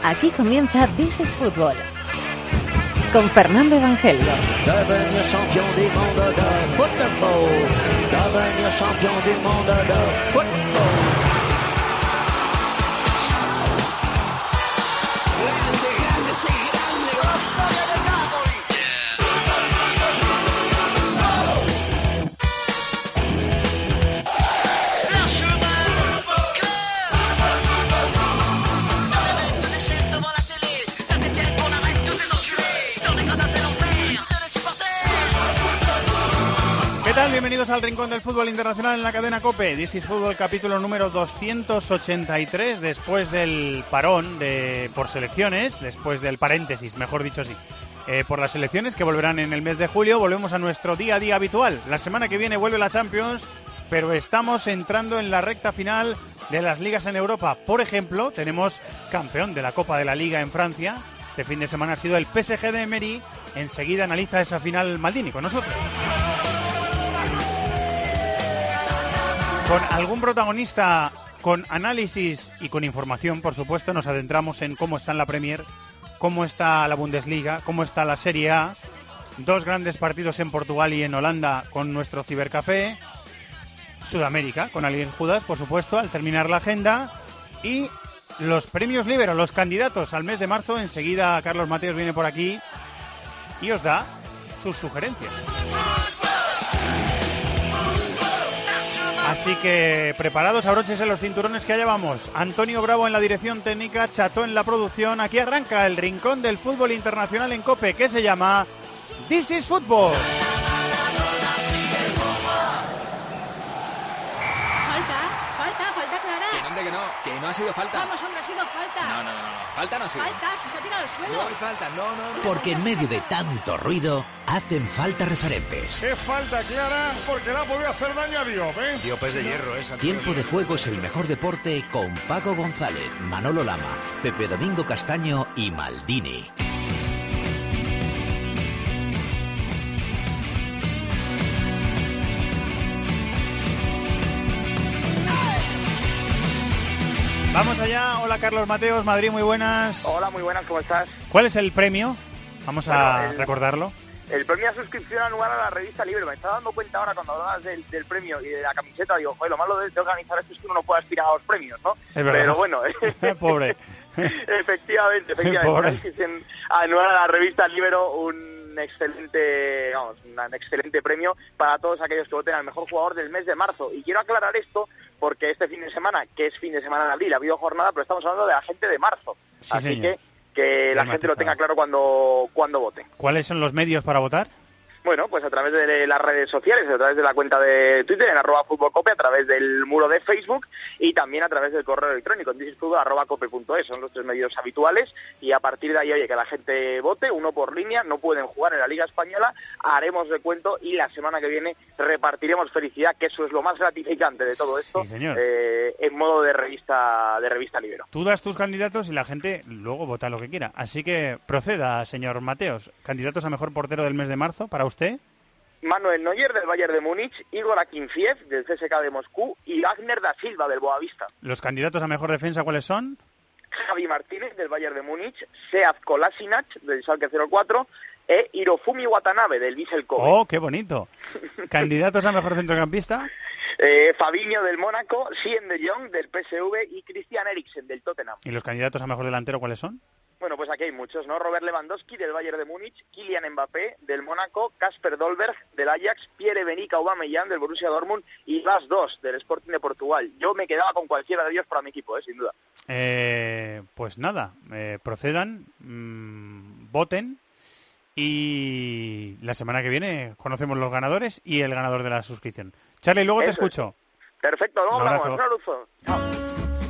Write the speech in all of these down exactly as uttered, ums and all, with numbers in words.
Aquí comienza This is Football con Fernando Evangelio. Devenir champion du monde de football. Devenir champion du monde de football. Bienvenidos al Rincón del Fútbol Internacional en la cadena COPE. This is Fútbol, capítulo número doscientos ochenta y tres, después del parón de por selecciones, después del paréntesis, mejor dicho así, eh, por las selecciones que volverán en el mes de julio. Volvemos a nuestro día a día habitual. La semana que viene vuelve la Champions, pero estamos entrando en la recta final de las ligas en Europa. Por ejemplo, tenemos campeón de la Copa de la Liga en Francia. Este fin de semana ha sido el P S G de Emery. Enseguida analiza esa final Maldini con nosotros. Con algún protagonista, con análisis y con información, por supuesto, nos adentramos en cómo está la Premier, cómo está la Bundesliga, cómo está la Serie A, dos grandes partidos en Portugal y en Holanda con nuestro cibercafé, Sudamérica, con Alguien Judas, por supuesto, al terminar la agenda, y los premios Libero, los candidatos al mes de marzo. Enseguida Carlos Mateos viene por aquí y os da sus sugerencias. Así que preparados, abróchense los cinturones que allá vamos. Antonio Bravo en la dirección técnica, Cható en la producción. Aquí arranca el Rincón del Fútbol Internacional en COPE, que se llama This is Football. Falta, falta, falta clara. Que no, hombre, que no, que no ha sido falta. Vamos, hombre, ha sido falta. No, no, no, no, falta no ha sido. Falta, si se ha tirado al suelo. No hay falta, no, no, no. Porque en medio de tanto ruido, hacen falta referentes. ¡Qué falta clara! Porque la podía hacer daño a Diop, ¿eh? Diop es de hierro, esa. Tiempo de juego es el mejor deporte con Paco González, Manolo Lama, Pepe Domingo Castaño y Maldini. Vamos allá. Hola Carlos Mateos, Madrid, muy buenas. Hola, muy buenas, ¿cómo estás? ¿Cuál es el premio? Vamos a bueno, el, recordarlo. El premio a suscripción anual a la revista Libero. Me estaba dando cuenta ahora cuando hablabas del, del premio y de la camiseta. Digo, joder, lo malo de, de organizar esto es que uno no puede aspirar a los premios, ¿no? Es verdad. Pero bueno. Pobre. efectivamente, efectivamente. Pobre. Una suscripción anual a la revista Libero, un excelente, vamos, un excelente premio para todos aquellos que voten al mejor jugador del mes de marzo. Y quiero aclarar esto porque este fin de semana, que es fin de semana en abril, ha habido jornada, pero estamos hablando de la gente de marzo. Sí, Así señor. que que la gente lo tenga claro cuando, cuando vote. ¿Cuáles son los medios para votar? Bueno, pues a través de las redes sociales, a través de la cuenta de Twitter, en arroba futbolcope, a través del muro de Facebook y también a través del correo electrónico, en disfutfutbol arroba cope punto es. Son los tres medios habituales y a partir de ahí, oye, que la gente vote, uno por línea, no pueden jugar en la Liga Española, haremos recuento y la semana que viene repartiremos felicidad, que eso es lo más gratificante de todo esto, sí, señor. Eh, en modo de revista de revista Libero. Tú das tus candidatos y la gente luego vota lo que quiera. Así que proceda, señor Mateos. Candidatos a mejor portero del mes de marzo para usted. Manuel Neuer del Bayern de Múnich, Igor Akinfiev del C S K de Moscú y Wagner da Silva del Boavista. ¿Los candidatos a mejor defensa cuáles son? Javi Martínez del Bayern de Múnich, Sead Kolasinac del Schalke cero cuatro e Hirofumi Watanabe del Vissel Kobe. ¡Oh, qué bonito! ¿Candidatos a mejor centrocampista? eh, Fabinho del Mónaco, Siem de Jong del P S V y Christian Eriksen del Tottenham. ¿Y los candidatos a mejor delantero cuáles son? Bueno, pues aquí hay muchos, ¿no? Robert Lewandowski del Bayern de Múnich, Kylian Mbappé del Mónaco, Kasper Dolberg del Ajax, Pierre-Emerick Aubameyang del Borussia Dortmund y Bas Dos del Sporting de Portugal. Yo me quedaba con cualquiera de ellos para mi equipo, ¿eh? Sin duda. Eh, pues nada, eh, procedan, mmm, voten y la semana que viene conocemos los ganadores y el ganador de la suscripción. Charlie, luego Eso te escucho. Es. Perfecto, luego Un hablamos. abrazo. Un abrazo. Chao.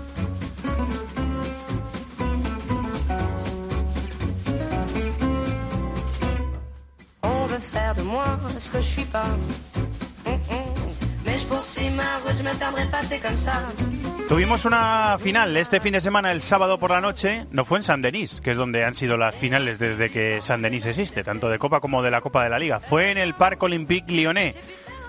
Faire de moi ce que je suis pas. Mais je poursuis ma route, je me perdrai pas, c'est comme ça. Tuvimos una final este fin de semana, el sábado por la noche. No fue en Saint-Denis, que es donde han sido las finales desde que Saint-Denis existe, tanto de Copa como de la Copa de la Liga. Fue en el Parc Olympique Lyonnais,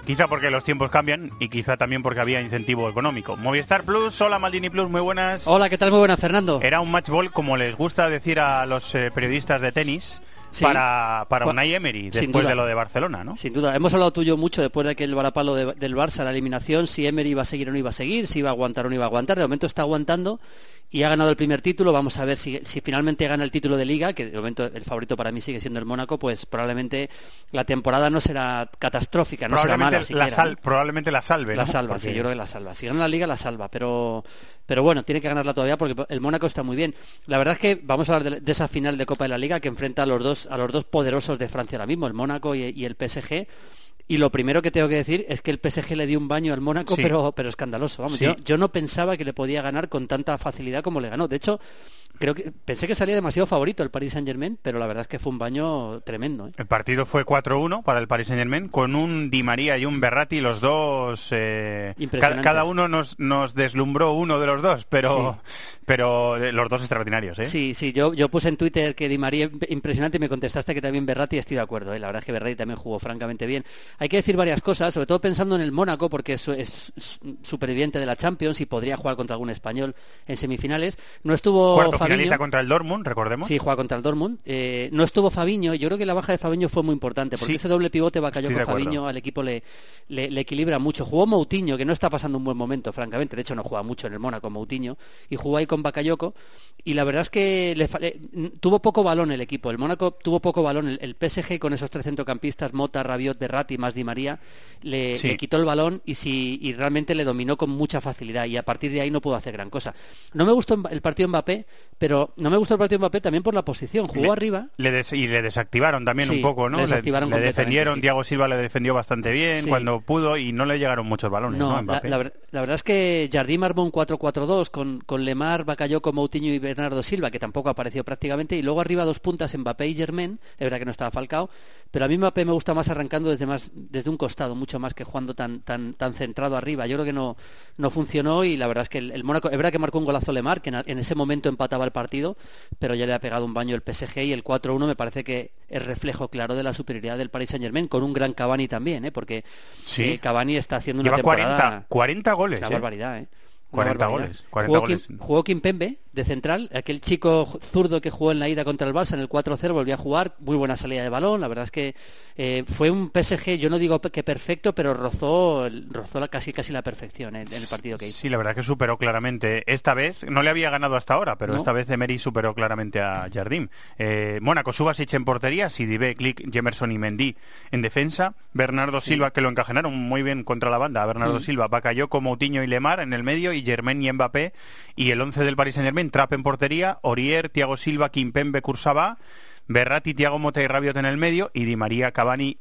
Quizá porque los tiempos cambian y quizá también porque había incentivo económico. Movistar Plus, hola Maldini Plus, muy buenas. Hola, ¿qué tal? Muy buenas, Fernando. Era un match ball, como les gusta decir a los eh, periodistas de tenis, sí. para, para Unai Emery, después de lo de Barcelona, ¿no? Sin duda. Hemos hablado tú y yo mucho después de aquel varapalo de, del Barça, la eliminación, si Emery iba a seguir o no iba a seguir, si iba a aguantar o no iba a aguantar. De momento está aguantando y ha ganado el primer título. Vamos a ver si, si finalmente gana el título de Liga, que de momento el favorito para mí sigue siendo el Mónaco, pues probablemente la temporada no será catastrófica, no será mala siquiera, la sal, ¿no? Probablemente la salve, La ¿no? salva, porque... sí, yo creo que la salva. Si gana la Liga, la salva, pero pero bueno, tiene que ganarla todavía porque el Mónaco está muy bien. La verdad es que vamos a hablar de, de esa final de Copa de la Liga que enfrenta a los dos a los dos poderosos de Francia ahora mismo, el Mónaco y, y el P S G. Y lo primero que tengo que decir es que el P S G le dio un baño al Mónaco, sí. pero pero escandaloso. Vamos, sí. yo, yo no pensaba que le podía ganar con tanta facilidad como le ganó. De hecho, creo que pensé que salía demasiado favorito el Paris Saint-Germain, pero la verdad es que fue un baño tremendo, ¿eh? El partido fue cuatro uno para el Paris Saint-Germain, con un Di María y un Berratti, los dos... Eh, cada, cada uno nos, nos deslumbró uno de los dos, pero sí. pero los dos extraordinarios, ¿eh? Sí, sí, yo, yo puse en Twitter que Di María impresionante y me contestaste que también Berratti, y estoy de acuerdo, ¿eh? La verdad es que Berratti también jugó francamente bien. Hay que decir varias cosas, sobre todo pensando en el Mónaco, porque es, es, es superviviente de la Champions y podría jugar contra algún español en semifinales. No estuvo Cuarto Fabinho, finalista contra el Dortmund, recordemos. Sí, juega contra el Dortmund. Eh, no estuvo Fabinho, yo creo que la baja de Fabinho fue muy importante, porque sí. ese doble pivote Bakayoko con Fabinho al equipo le, le, le equilibra mucho. Jugó Moutinho, que no está pasando un buen momento, francamente, de hecho no juega mucho en el Mónaco Moutinho, y jugó ahí con Bakayoko, y la verdad es que le, le, tuvo poco balón el equipo, el Mónaco tuvo poco balón, el, el P S G con esos tres centrocampistas, Mota, Rabiot, Berratti más Di María, le, sí. le quitó el balón y, si, y realmente le dominó con mucha facilidad, y a partir de ahí no pudo hacer gran cosa. No me gustó el partido Mbappé, pero no me gustó el partido Mbappé también por la posición, jugó le, arriba. Le des, y le desactivaron también sí, un poco, ¿no? Le, desactivaron le, le defendieron, sí. Thiago Silva le defendió bastante bien sí. cuando pudo y no le llegaron muchos balones, ¿no? No, la, la, la verdad es que Jardim armó un cuatro cuatro dos con, con Lemar, Bakayoko, Moutinho y Bernardo Silva, que tampoco apareció prácticamente, y luego arriba dos puntas Mbappé y Germain, es verdad que no estaba Falcao, pero a mí Mbappé me gusta más arrancando desde más desde un costado, mucho más que jugando tan tan tan centrado arriba. Yo creo que no no funcionó, y la verdad es que el, el Mónaco, es verdad que marcó un golazo Lemar, que en, en ese momento empataba el partido, pero ya le ha pegado un baño el P S G, y el cuatro uno me parece que es reflejo claro de la superioridad del Paris Saint-Germain, con un gran Cavani también, ¿eh? porque sí. eh, Cavani está haciendo Lleva una temporada... cuarenta, cuarenta goles, una ¿eh? barbaridad, ¿eh? cuarenta goles, cuarenta jugó, goles. Kim, jugó Kimpembe de central, aquel chico zurdo que jugó en la ida contra el Barça en el cuatro cero, volvió a jugar, muy buena salida de balón, la verdad es que eh, fue un P S G, yo no digo que perfecto, pero rozó rozó la, casi casi la perfección en, en el partido que hizo. Sí, la verdad que superó claramente, esta vez, no le había ganado hasta ahora, pero ¿no? esta vez Emery superó claramente a Jardim. Eh, Mónaco, Subasic en portería, Sidibé, Klich, Jemerson y Mendy en defensa, Bernardo sí. Silva, que lo encajenaron muy bien contra la banda, Bernardo mm. Silva, Bakayoko, Moutinho y Lemar en el medio, y Germain y Mbappé, y el once del Paris Saint-Germain, Trapp en portería, Aurier, Thiago Silva, Kimpembe, Kurzawa, Berratti, Thiago Motta y Rabiot en el medio, y Di María, Cavani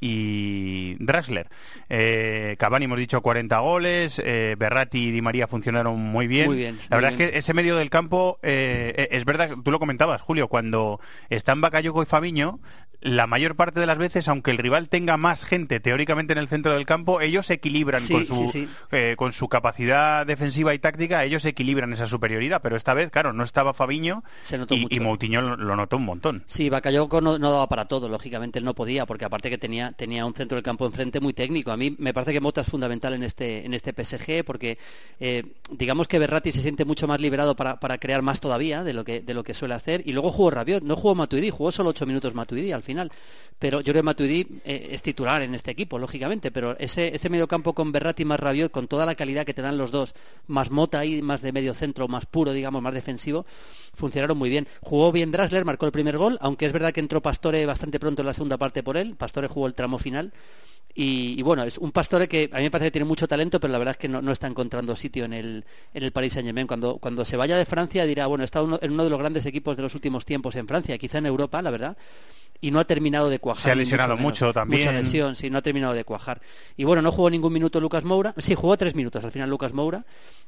y Draxler. Eh, Cavani hemos dicho cuarenta goles, eh, Berratti y Di María funcionaron muy bien. Muy bien La muy verdad bien. es que ese medio del campo, eh, es verdad, tú lo comentabas, Julio, cuando están Bakayoko y Fabinho, la mayor parte de las veces, aunque el rival tenga más gente teóricamente en el centro del campo, ellos se equilibran sí, con su sí, sí. Eh, con su capacidad defensiva y táctica, ellos equilibran esa superioridad, pero esta vez, claro, no estaba Fabinho y, y Moutinho lo, lo notó un montón. Sí, Bakayoko no, no daba para todo, lógicamente él no podía, porque aparte que tenía tenía un centro del campo enfrente muy técnico. A mí me parece que Motta es fundamental en este en este P S G, porque eh, digamos que Berratti se siente mucho más liberado para, para crear más todavía de lo que de lo que suele hacer, y luego jugó Rabiot, no jugó Matuidi, jugó solo ocho minutos Matuidi al final, pero yo creo que Matuidi eh, es titular en este equipo, lógicamente, pero ese ese mediocampo con Berratti más Rabiot, con toda la calidad que te dan los dos, más Motta ahí, más de medio centro, más puro, digamos, más defensivo, funcionaron muy bien. Jugó bien Draxler, marcó el primer gol, aunque es verdad que entró Pastore bastante pronto en la segunda parte por él. Pastore jugó el tramo final. Y, y bueno, es un Pastore que a mí me parece que tiene mucho talento, pero la verdad es que no, no está encontrando sitio en el, en el Paris Saint-Germain. Cuando, cuando se vaya de Francia dirá, bueno, está uno, en uno de los grandes equipos de los últimos tiempos en Francia, quizá en Europa, la verdad, y no ha terminado de cuajar. Se ha lesionado mucho, mucho también. Mucha lesión, sí, no ha terminado de cuajar. Y bueno, no jugó ningún minuto Lucas Moura, sí, jugó tres minutos al final Lucas Moura,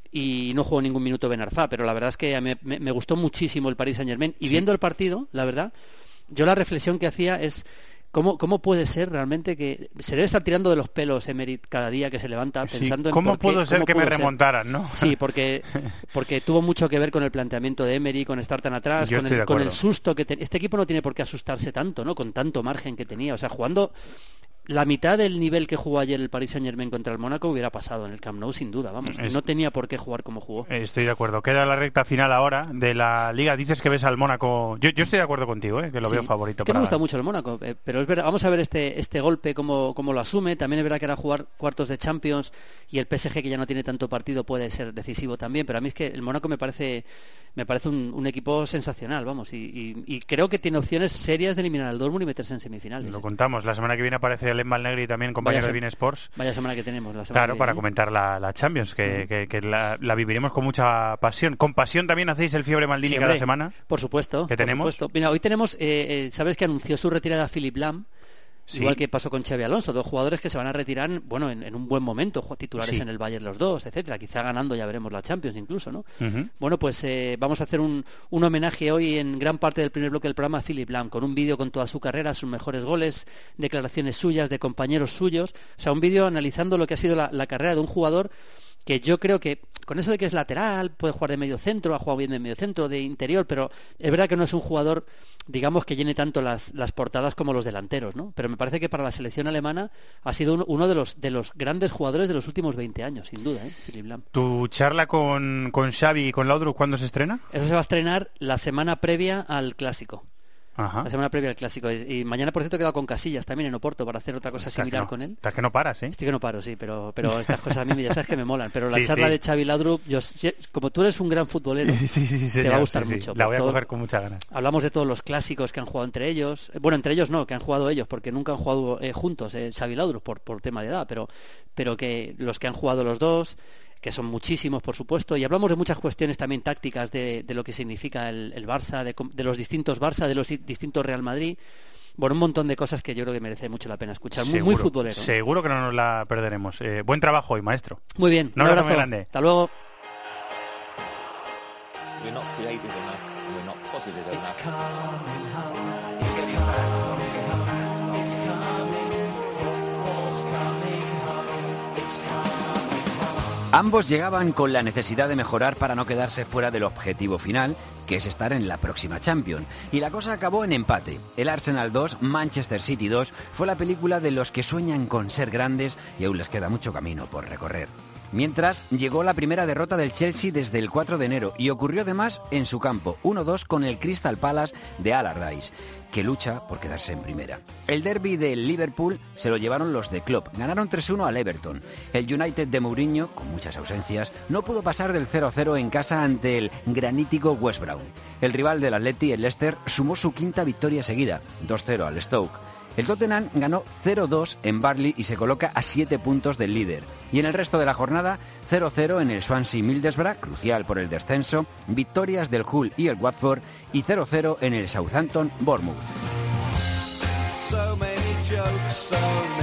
y no jugó ningún minuto Ben Arfa, pero la verdad es que a mí, me, me gustó muchísimo el Paris Saint-Germain, y sí. viendo el partido, la verdad, yo la reflexión que hacía es ¿Cómo, ¿Cómo puede ser realmente que se debe estar tirando de los pelos Emery cada día que se levanta pensando sí, ¿cómo en por pudo qué, ser cómo que pudo me ser? remontaran, ¿no? Sí, porque porque tuvo mucho que ver con el planteamiento de Emery, con estar tan atrás, Yo con el, con el susto que te... este equipo no tiene por qué asustarse tanto, ¿no? Con tanto margen que tenía, o sea, jugando la mitad del nivel que jugó ayer el Paris Saint-Germain contra el Mónaco hubiera pasado en el Camp Nou sin duda, vamos, es... no tenía por qué jugar como jugó. Estoy de acuerdo, queda la recta final ahora de la Liga, dices que ves al Mónaco, yo, yo estoy de acuerdo contigo, ¿eh? Que lo sí, veo favorito. Es que para... me gusta mucho el Mónaco, eh, pero es verdad, vamos a ver este este golpe cómo, cómo lo asume, también es verdad que era jugar cuartos de Champions y el P S G que ya no tiene tanto partido puede ser decisivo también, pero a mí es que el Mónaco me parece me parece un, un equipo sensacional, vamos, y, y, y creo que tiene opciones serias de eliminar al Dortmund y meterse en semifinales. Lo contamos, la semana que viene aparece Alem Malnegri también, compañero de Bein Sports. Vaya semana que tenemos. La semana claro, que para viene. comentar la, la Champions, que, que, que la, la viviremos con mucha pasión. ¿Con pasión también hacéis el Fiebre Maldini sí, cada semana? Por supuesto. ¿Qué tenemos? Supuesto. Mira, hoy tenemos, eh, eh, ¿sabes que anunció su retirada Philipp Lahm? Sí. Igual que pasó con Xabi Alonso, dos jugadores que se van a retirar, bueno, en, en un buen momento, titulares sí. en el Bayern los dos, etcétera, quizá ganando ya veremos la Champions incluso, ¿no? Uh-huh. Bueno, pues eh, vamos a hacer un, un homenaje hoy en gran parte del primer bloque del programa a Philipp Lahm, con un vídeo con toda su carrera, sus mejores goles, declaraciones suyas, de compañeros suyos, o sea, un vídeo analizando lo que ha sido la, la carrera de un jugador que yo creo que con eso de que es lateral, puede jugar de medio centro, ha jugado bien de medio centro, de interior, pero es verdad que no es un jugador, digamos, que llene tanto las, las portadas como los delanteros, ¿no? Pero me parece que para la selección alemana ha sido un, uno de los de los grandes jugadores de los últimos veinte años, sin duda, ¿eh? Philipp Lahm. ¿Tu charla con, con Xavi y con Laudrup cuándo se estrena? Eso se va a estrenar la semana previa al Clásico. Ajá. La semana previa al Clásico. Y, y mañana, por cierto, he quedado con Casillas también en Oporto para hacer otra cosa está similar no, con él. Estás que no paras, ¿eh? Estoy que no paro, sí, pero, pero estas cosas a mí ya sabes que me molan. Pero la sí, charla sí. de Xavi Laudrup, yo, como tú eres un gran futbolero, sí, sí, sí, te señor, va a gustar sí, sí. mucho. La voy a todo, coger con mucha ganas. Hablamos de todos los clásicos que han jugado entre ellos. Bueno, entre ellos no, que han jugado ellos, porque nunca han jugado eh, juntos, eh, Xavi Laudrup, por, por tema de edad, pero, pero que los que han jugado los dos, que son muchísimos, por supuesto, y hablamos de muchas cuestiones también tácticas de, de lo que significa el, el Barça, de, de los distintos Barça, de los distintos Real Madrid. Bueno, un montón de cosas que yo creo que merece mucho la pena escuchar. Muy, seguro, muy futbolero. Seguro que no nos la perderemos. Eh, buen trabajo hoy, maestro. Muy bien. Un abrazo muy grande. Hasta luego. Ambos llegaban con la necesidad de mejorar para no quedarse fuera del objetivo final, que es estar en la próxima Champions. Y la cosa acabó en empate. El Arsenal dos, Manchester City dos, fue la película de los que sueñan con ser grandes y aún les queda mucho camino por recorrer. Mientras, llegó la primera derrota del Chelsea desde el cuatro de enero y ocurrió además en su campo, uno dos con el Crystal Palace de Allardyce, que lucha por quedarse en primera. El derbi del Liverpool se lo llevaron los de Klopp, ganaron tres uno al Everton. El United de Mourinho, con muchas ausencias, no pudo pasar del cero cero en casa ante el granítico West Brom. El rival del Atleti, el Leicester, sumó su quinta victoria seguida, dos cero al Stoke. El Tottenham ganó cero dos en Burnley y se coloca a siete puntos del líder. Y en el resto de la jornada, cero cero en el Swansea Middlesbrough, crucial por el descenso, victorias del Hull y el Watford y cero cero en el Southampton Bournemouth. So jokes, so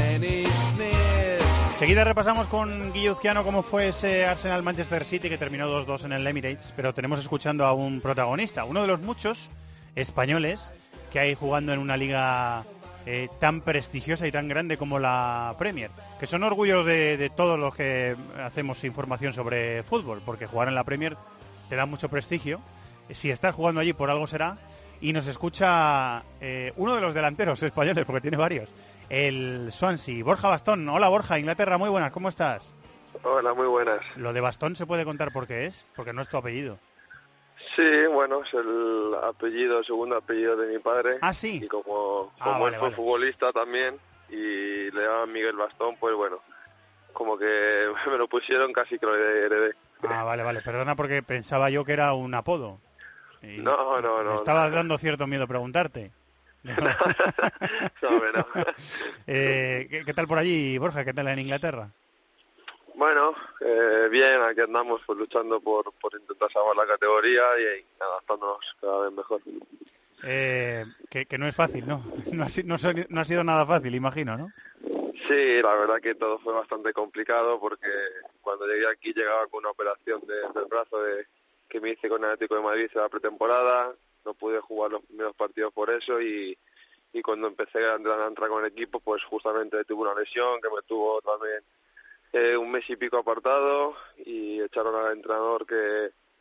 Seguida repasamos con Guilluzquiano cómo fue ese Arsenal Manchester City que terminó dos dos en el Emirates, pero tenemos escuchando a un protagonista, uno de los muchos españoles que hay jugando en una liga Eh, tan prestigiosa y tan grande como la Premier, que son orgullos de, de todos los que hacemos información sobre fútbol, porque jugar en la Premier te da mucho prestigio, si estás jugando allí por algo será, y nos escucha eh, uno de los delanteros españoles, porque tiene varios, el Swansea, Borja Bastón. Hola Borja, Inglaterra, muy buenas, ¿cómo estás? Hola, muy buenas. ¿Lo de Bastón se puede contar por qué es? Porque no es tu apellido. Sí, bueno, es el apellido, segundo apellido de mi padre. Ah, sí. Y como, ah, como vale, él fue vale. futbolista también y le llamaban Miguel Bastón, pues bueno, como que me lo pusieron casi que lo heredé. Ah, vale, vale. Perdona porque pensaba yo que era un apodo. Y no, no, no. Me estaba no. dando cierto miedo preguntarte. No, no, no. eh, ¿qué, ¿Qué tal por allí, Borja? ¿Qué tal en Inglaterra? Bueno, eh, bien, aquí andamos pues luchando por, por intentar salvar la categoría y, y adaptándonos cada vez mejor. Eh, que, que no es fácil, ¿no? No ha, no, no ha sido nada fácil, imagino, ¿no? Sí, la verdad que todo fue bastante complicado porque cuando llegué aquí llegaba con una operación de, del brazo de, que me hice con el Atlético de Madrid en la pretemporada, no pude jugar los primeros partidos por eso y, y cuando empecé a entrar, a entrar con el equipo pues justamente tuve una lesión que me tuvo también Eh, un mes y pico apartado y echaron al entrenador que,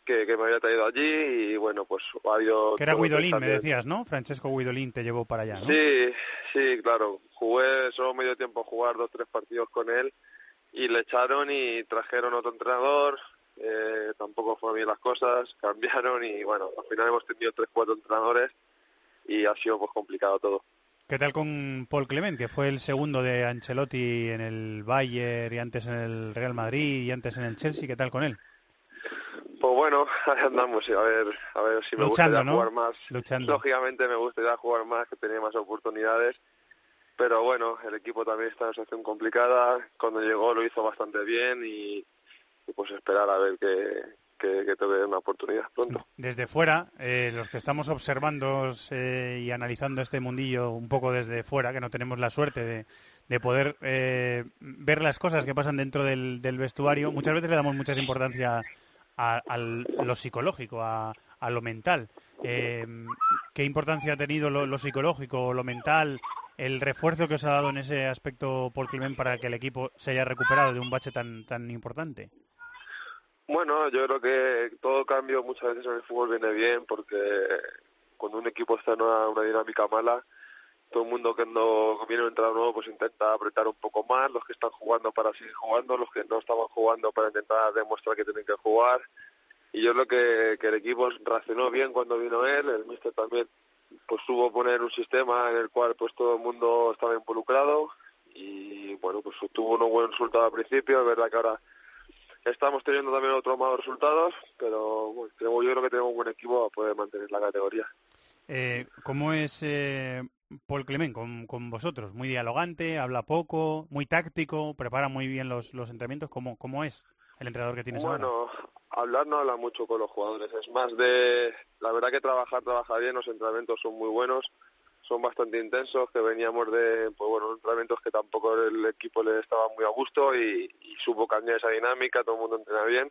que, que me había traído allí y bueno, pues ha habido... Que era Guidolín, me decías, ¿no? Francesco Guidolín te llevó para allá, ¿no? Sí, sí, claro. Jugué solo medio tiempo a jugar dos, tres partidos con él y le echaron y trajeron otro entrenador. Eh, tampoco fueron bien las cosas, cambiaron y bueno, al final hemos tenido tres, cuatro entrenadores y ha sido pues complicado todo. ¿Qué tal con Paul Clement, que fue el segundo de Ancelotti en el Bayern y antes en el Real Madrid y antes en el Chelsea? ¿Qué tal con él? Pues bueno, ahí andamos, a ver, a ver si me Luchando, gustaría ¿no? jugar más. Luchando. Lógicamente me gustaría jugar más, que tenía más oportunidades, pero bueno, el equipo también está en una situación complicada. Cuando llegó lo hizo bastante bien y, y pues esperar a ver que, que, que tenga una oportunidad pronto. Desde fuera, eh, los que estamos observando eh, y analizando este mundillo un poco desde fuera, que no tenemos la suerte de, de poder eh, ver las cosas que pasan dentro del, del vestuario, muchas veces le damos mucha importancia a, a lo psicológico, a, a lo mental. Eh, ¿Qué importancia ha tenido lo, lo psicológico, lo mental, el refuerzo que os ha dado en ese aspecto Paul Clement para que el equipo se haya recuperado de un bache tan, tan importante? Bueno, yo creo que todo cambio muchas veces en el fútbol viene bien porque cuando un equipo está en una, una dinámica mala, todo el mundo que no viene a entrar nuevo pues intenta apretar un poco más, los que están jugando para seguir jugando, los que no estaban jugando para intentar demostrar que tienen que jugar. Y yo creo que, que el equipo reaccionó bien cuando vino él, el míster también pues supo poner un sistema en el cual pues todo el mundo estaba involucrado y bueno, pues tuvo unos buenos resultados al principio. Es verdad que ahora estamos teniendo también otros malos resultados, pero bueno, yo creo que tenemos un buen equipo para poder mantener la categoría. Eh, ¿Cómo es eh, Paul Clement con, con vosotros? ¿Muy dialogante, habla poco, muy táctico, prepara muy bien los, los entrenamientos? ¿Cómo, ¿Cómo es el entrenador que tienes bueno, ahora? Bueno, hablar no habla mucho con los jugadores, es más de... La verdad que trabajar, trabaja bien, los entrenamientos son muy buenos, son bastante intensos, que veníamos de, pues bueno, entrenamientos que tampoco el equipo le estaba muy a gusto y, y supo cambiar esa dinámica, todo el mundo entrena bien.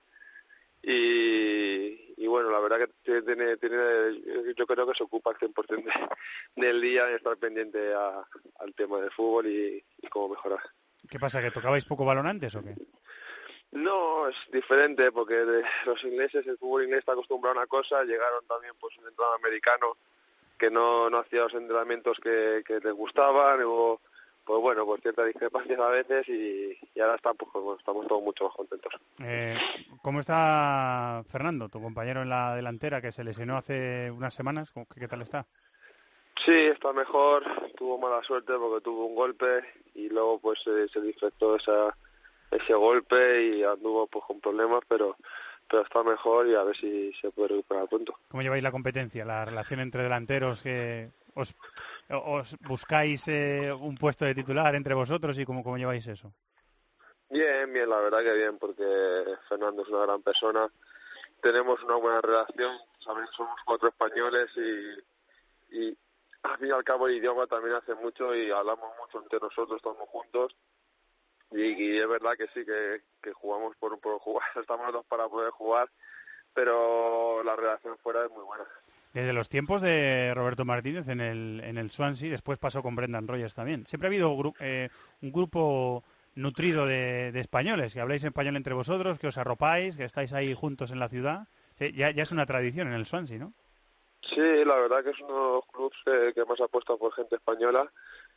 Y, y bueno, la verdad que tiene, tiene, yo creo que se ocupa al cien por ciento de, del día de estar pendiente a, al tema del fútbol y, y cómo mejorar. ¿Qué pasa, que tocabais poco balón antes o qué? No, es diferente porque de los ingleses, el fútbol inglés está acostumbrado a una cosa, llegaron también pues un entrenador americano que no, no hacía los entrenamientos que, que les gustaban, hubo pues bueno, pues ciertas discrepancias a veces y, y ahora está, pues, pues, estamos todos mucho más contentos. Eh, ¿Cómo está Fernando, tu compañero en la delantera que se lesionó hace unas semanas? ¿Qué, qué tal está? Sí, está mejor, tuvo mala suerte porque tuvo un golpe y luego pues eh, se disfrutó esa, ese golpe y anduvo pues con problemas, pero pero está mejor y a ver si se puede recuperar pronto. ¿Cómo lleváis la competencia, la relación entre delanteros? que ¿Os, os buscáis eh, un puesto de titular entre vosotros y cómo, cómo lleváis eso? Bien, bien, la verdad que bien, porque Fernando es una gran persona, tenemos una buena relación, saben, somos cuatro españoles y, y al fin y al cabo el idioma también hace mucho y hablamos mucho entre nosotros, estamos juntos y, y es verdad que sí, que, que jugamos por, por jugar, estamos los dos para poder jugar, pero la relación fuera es muy buena. Desde los tiempos de Roberto Martínez en el en el Swansea, después pasó con Brendan Rodgers también. Siempre ha habido gru eh, un grupo nutrido de, de españoles, que habláis español entre vosotros, que os arropáis, que estáis ahí juntos en la ciudad. Sí, ya, ya es una tradición en el Swansea, ¿no? Sí, la verdad que es uno de los clubes que, que más apuesta por gente española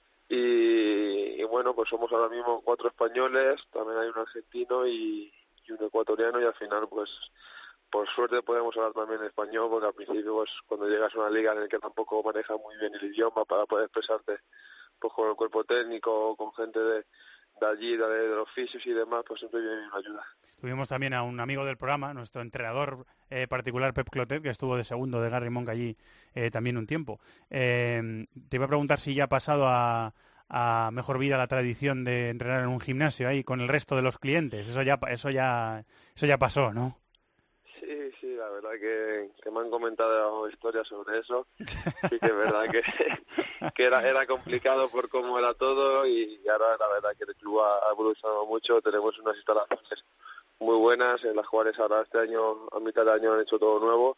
y, y bueno, pues somos ahora mismo cuatro españoles, también hay un argentino y, y un ecuatoriano y al final pues... Por suerte podemos hablar también español, porque al principio, pues, cuando llegas a una liga en la que tampoco manejas muy bien el idioma para poder expresarte pues, con el cuerpo técnico o con gente de, de allí, de, de los fisios y demás, pues siempre viene una ayuda. Tuvimos también a un amigo del programa, nuestro entrenador eh, particular, Pep Clotet, que estuvo de segundo de Gary Monk allí eh, también un tiempo. Eh, te iba a preguntar si ya ha pasado a, a mejor vida la tradición de entrenar en un gimnasio ahí con el resto de los clientes. Eso ya, eso ya, eso ya pasó, ¿no? Sí, sí, la verdad que, que me han comentado historias sobre eso. Sí que es verdad que, que era, era complicado por cómo era todo y ahora la verdad que el club ha evolucionado mucho. Tenemos unas instalaciones muy buenas en las cuales ahora este año, a mitad de año han hecho todo nuevo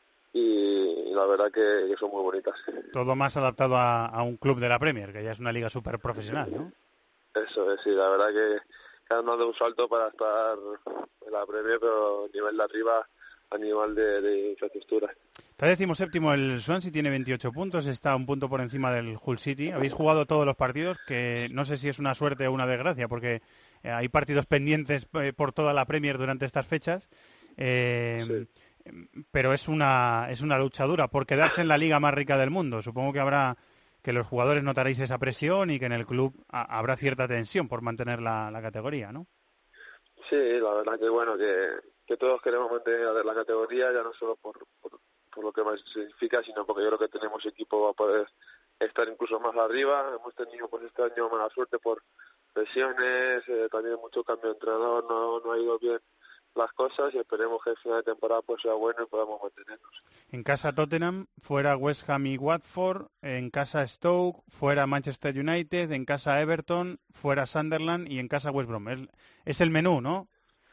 y la verdad que, que son muy bonitas. Todo más adaptado a, a un club de la Premier, que ya es una liga súper profesional, ¿no? Eso es, sí, la verdad que, que han dado un salto para estar en la Premier, pero a nivel de arriba a nivel de, de infraestructura. Está decimoséptimo el Swansea, tiene veintiocho puntos, está un punto por encima del Hull City. Habéis jugado todos los partidos, que no sé si es una suerte o una desgracia, porque eh, hay partidos pendientes eh, por toda la Premier durante estas fechas. Eh, sí. Pero es una es una lucha dura por quedarse en la liga más rica del mundo. Supongo que habrá que los jugadores notaréis esa presión y que en el club a, habrá cierta tensión por mantener la, la categoría, ¿no? Sí, la verdad que bueno, que, que todos queremos mantener la categoría, ya no solo por, por, por lo que más significa, sino porque yo creo que tenemos equipo para poder estar incluso más arriba. Hemos tenido pues este año mala suerte por lesiones, eh, también mucho cambio de entrenador, no, no ha ido bien las cosas y esperemos que el final de temporada pues sea bueno y podamos mantenernos. En casa Tottenham, fuera West Ham y Watford, en casa Stoke, fuera Manchester United, en casa Everton, fuera Sunderland y en casa West Brom. Es, es el menú, ¿no?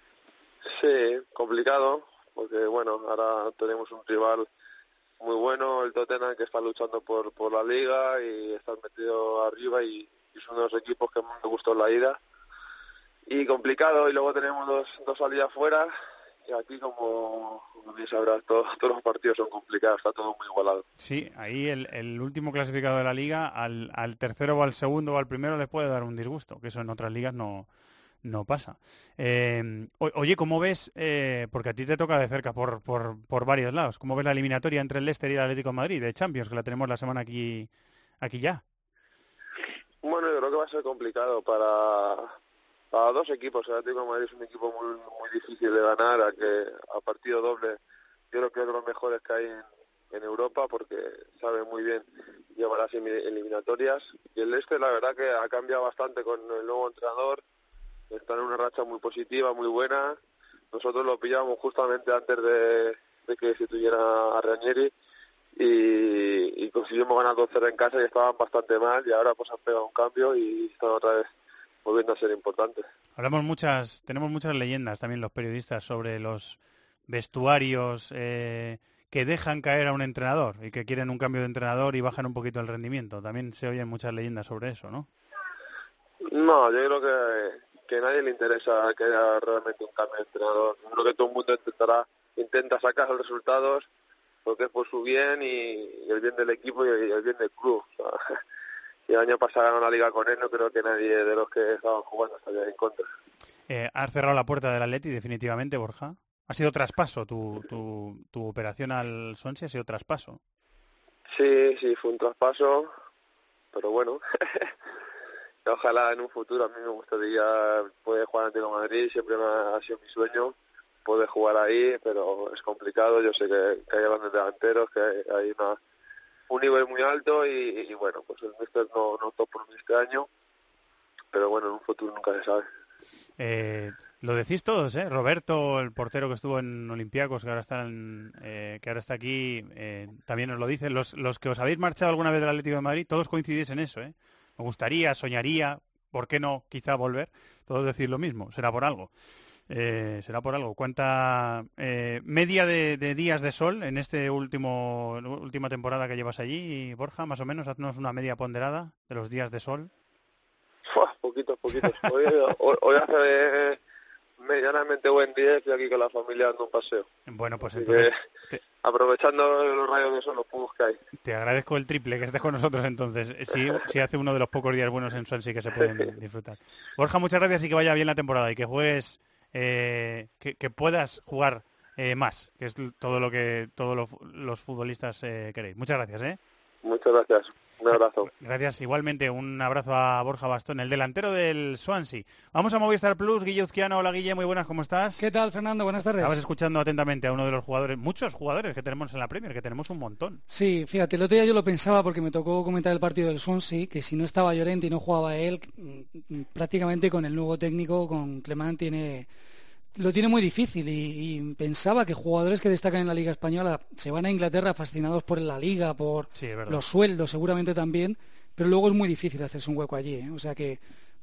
Sí, complicado, porque bueno, ahora tenemos un rival muy bueno, el Tottenham, que está luchando por, por la liga y está metido arriba y, y es uno de los equipos que más me gustó en la ida. Y complicado, y luego tenemos dos, dos salidas fuera, y aquí como, como bien sabrás, todos, todos los partidos son complicados, está todo muy igualado. Sí, ahí el, el último clasificado de la liga, al, al tercero o al segundo o al primero les puede dar un disgusto, que eso en otras ligas no, no pasa. Eh, oye, ¿cómo ves, eh, porque a ti te toca de cerca por, por, por varios lados, cómo ves la eliminatoria entre el Leicester y el Atlético de Madrid, de Champions, que la tenemos la semana aquí, aquí ya? Bueno, yo creo que va a ser complicado para... Para dos equipos. El Atlético de Madrid es un equipo muy muy difícil de ganar, a que a partido doble yo creo que es de los mejores que hay en, en Europa, porque sabe muy bien llevar las eliminatorias. Y el Leicester, la verdad que ha cambiado bastante con el nuevo entrenador, está en una racha muy positiva, muy buena. Nosotros lo pillamos justamente antes de, de que se tuviera a Ranieri y, y conseguimos ganar dos cero en casa y estaban bastante mal, y ahora pues han pegado un cambio y están otra vez volviendo a ser importante. Hablamos muchas, tenemos muchas leyendas también los periodistas sobre los vestuarios eh, que dejan caer a un entrenador y que quieren un cambio de entrenador y bajan un poquito el rendimiento. También se oyen muchas leyendas sobre eso, ¿no? No, yo creo que, que a nadie le interesa que haya realmente un cambio de entrenador. Yo creo que todo el mundo intentará, intenta sacar los resultados porque es por su bien y, y el bien del equipo y el, y el bien del club. O sea, y el año pasado ganó la liga con él, no creo que nadie de los que estaban jugando estaría en contra. Eh, ¿Has cerrado la puerta del Atleti definitivamente, Borja? ¿Ha sido traspaso tu, tu, tu operación al Swansea? ¿Ha sido traspaso? Sí, sí, fue un traspaso, pero bueno, ojalá en un futuro, a mí me gustaría poder jugar en Atlético de Madrid, siempre me ha, ha sido mi sueño poder jugar ahí, pero es complicado. Yo sé que, que hay grandes delanteros, que hay, hay una... un nivel muy alto y, y bueno, pues el míster no, no optó por mí este año, pero bueno, en un futuro nunca se sabe. Eh, lo decís todos, ¿eh? Roberto, el portero que estuvo en Olympiacos, que ahora está en, eh, que ahora está aquí, eh, también os lo dicen. Los, los que os habéis marchado alguna vez del Atlético de Madrid, todos coincidís en eso, ¿eh? Me gustaría, soñaría, ¿por qué no quizá volver? Todos decís lo mismo, será por algo. Eh, será por algo. ¿Cuánta eh, media de, de días de sol en este último última temporada que llevas allí, Borja? Más o menos, haznos una media ponderada de los días de sol. Uf, poquitos, poquitos. Hoy, hoy, hoy hace medianamente buen día, estoy aquí con la familia dando un paseo. Bueno, pues Así entonces... Que, te, aprovechando los rayos de sol, los pocos que hay. Te agradezco el triple que estés con nosotros entonces. Sí, sí hace uno de los pocos días buenos en Swansea que se pueden disfrutar. Borja, muchas gracias y que vaya bien la temporada y que juegues... Eh, que, que puedas jugar eh, más, que es todo lo que todos lo, los futbolistas eh, queréis. Muchas gracias, ¿eh? Muchas gracias. Un abrazo. Gracias, igualmente. Un abrazo a Borja Bastón, el delantero del Swansea. Vamos a Movistar Plus. Guille Uzquiano. Hola, Guille. Muy buenas. ¿Cómo estás? ¿Qué tal, Fernando? Buenas tardes. Estabas escuchando atentamente a uno de los jugadores, muchos jugadores que tenemos en la Premier, que tenemos un montón. Sí, fíjate, el otro día yo lo pensaba porque me tocó comentar el partido del Swansea, que si no estaba Llorente y no jugaba él, prácticamente con el nuevo técnico, con Clement, tiene... lo tiene muy difícil y, y pensaba que jugadores que destacan en la Liga Española se van a Inglaterra fascinados por la Liga, por sí, los sueldos seguramente también, pero luego es muy difícil hacerse un hueco allí, ¿eh? O sea que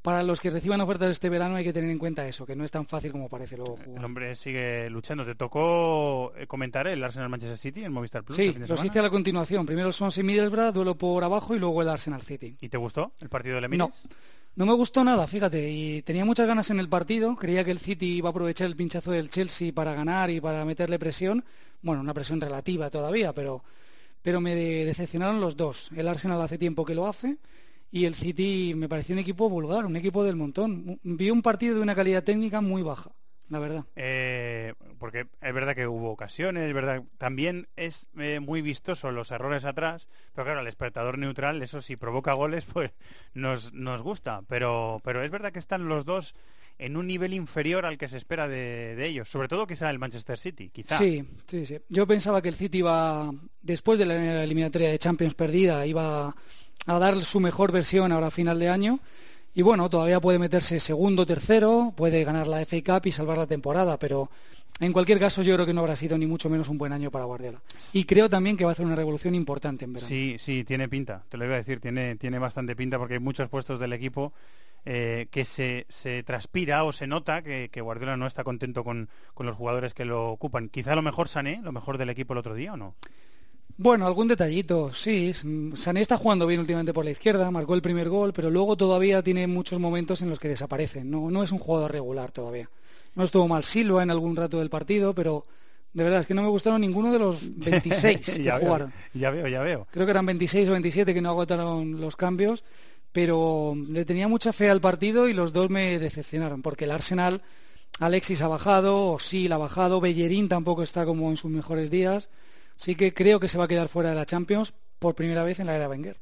para los que reciban ofertas este verano hay que tener en cuenta eso, que no es tan fácil como parece luego jugar. El hombre sigue luchando. ¿Te tocó comentar el Arsenal-Manchester City en Movistar Plus? Sí, los hice a la continuación. Primero el Swansea Middlesbrough, duelo por abajo, y luego el Arsenal City. ¿Y te gustó el partido del Emirates? No, no me gustó nada, fíjate, y tenía muchas ganas en el partido. Creía que el City iba a aprovechar el pinchazo del Chelsea para ganar y para meterle presión. Bueno, una presión relativa todavía, pero, pero me de- decepcionaron los dos. El Arsenal hace tiempo que lo hace, y el City me pareció un equipo vulgar, un equipo del montón. Vi un partido de una calidad técnica muy baja, la verdad. Eh, porque es verdad que hubo ocasiones, es verdad, también es eh, muy vistoso los errores atrás, pero claro, al espectador neutral, eso si provoca goles, pues nos, nos gusta, pero, pero es verdad que están los dos en un nivel inferior al que se espera de, de ellos, sobre todo quizá el Manchester City, quizá. Sí, sí, sí. Yo pensaba que el City iba, después de la eliminatoria de Champions perdida, iba a dar su mejor versión ahora a final de año. Y bueno, todavía puede meterse segundo, tercero, puede ganar la F A Cup y salvar la temporada, pero en cualquier caso yo creo que no habrá sido ni mucho menos un buen año para Guardiola. Y creo también que va a hacer una revolución importante en verano. Sí, sí, tiene pinta, te lo iba a decir, tiene, tiene bastante pinta porque hay muchos puestos del equipo eh, que se, se transpira o se nota que, que Guardiola no está contento con, con los jugadores que lo ocupan. Quizá a lo mejor Sané, lo mejor del equipo el otro día, ¿o no? Bueno, algún detallito, sí. Sané está jugando bien últimamente por la izquierda, marcó el primer gol, pero luego todavía tiene muchos momentos en los que desaparece. No, no es un jugador regular todavía. No estuvo mal Silva en algún rato del partido, pero de verdad es que no me gustaron ninguno de los veintiséis que ya jugaron. Veo, ya veo, ya veo. Creo que eran veintiséis o veintisiete que no agotaron los cambios, pero le tenía mucha fe al partido y los dos me decepcionaron, porque el Arsenal, Alexis ha bajado, Osil ha bajado, Bellerín tampoco está como en sus mejores días. Sí que creo que se va a quedar fuera de la Champions por primera vez en la era Wenger.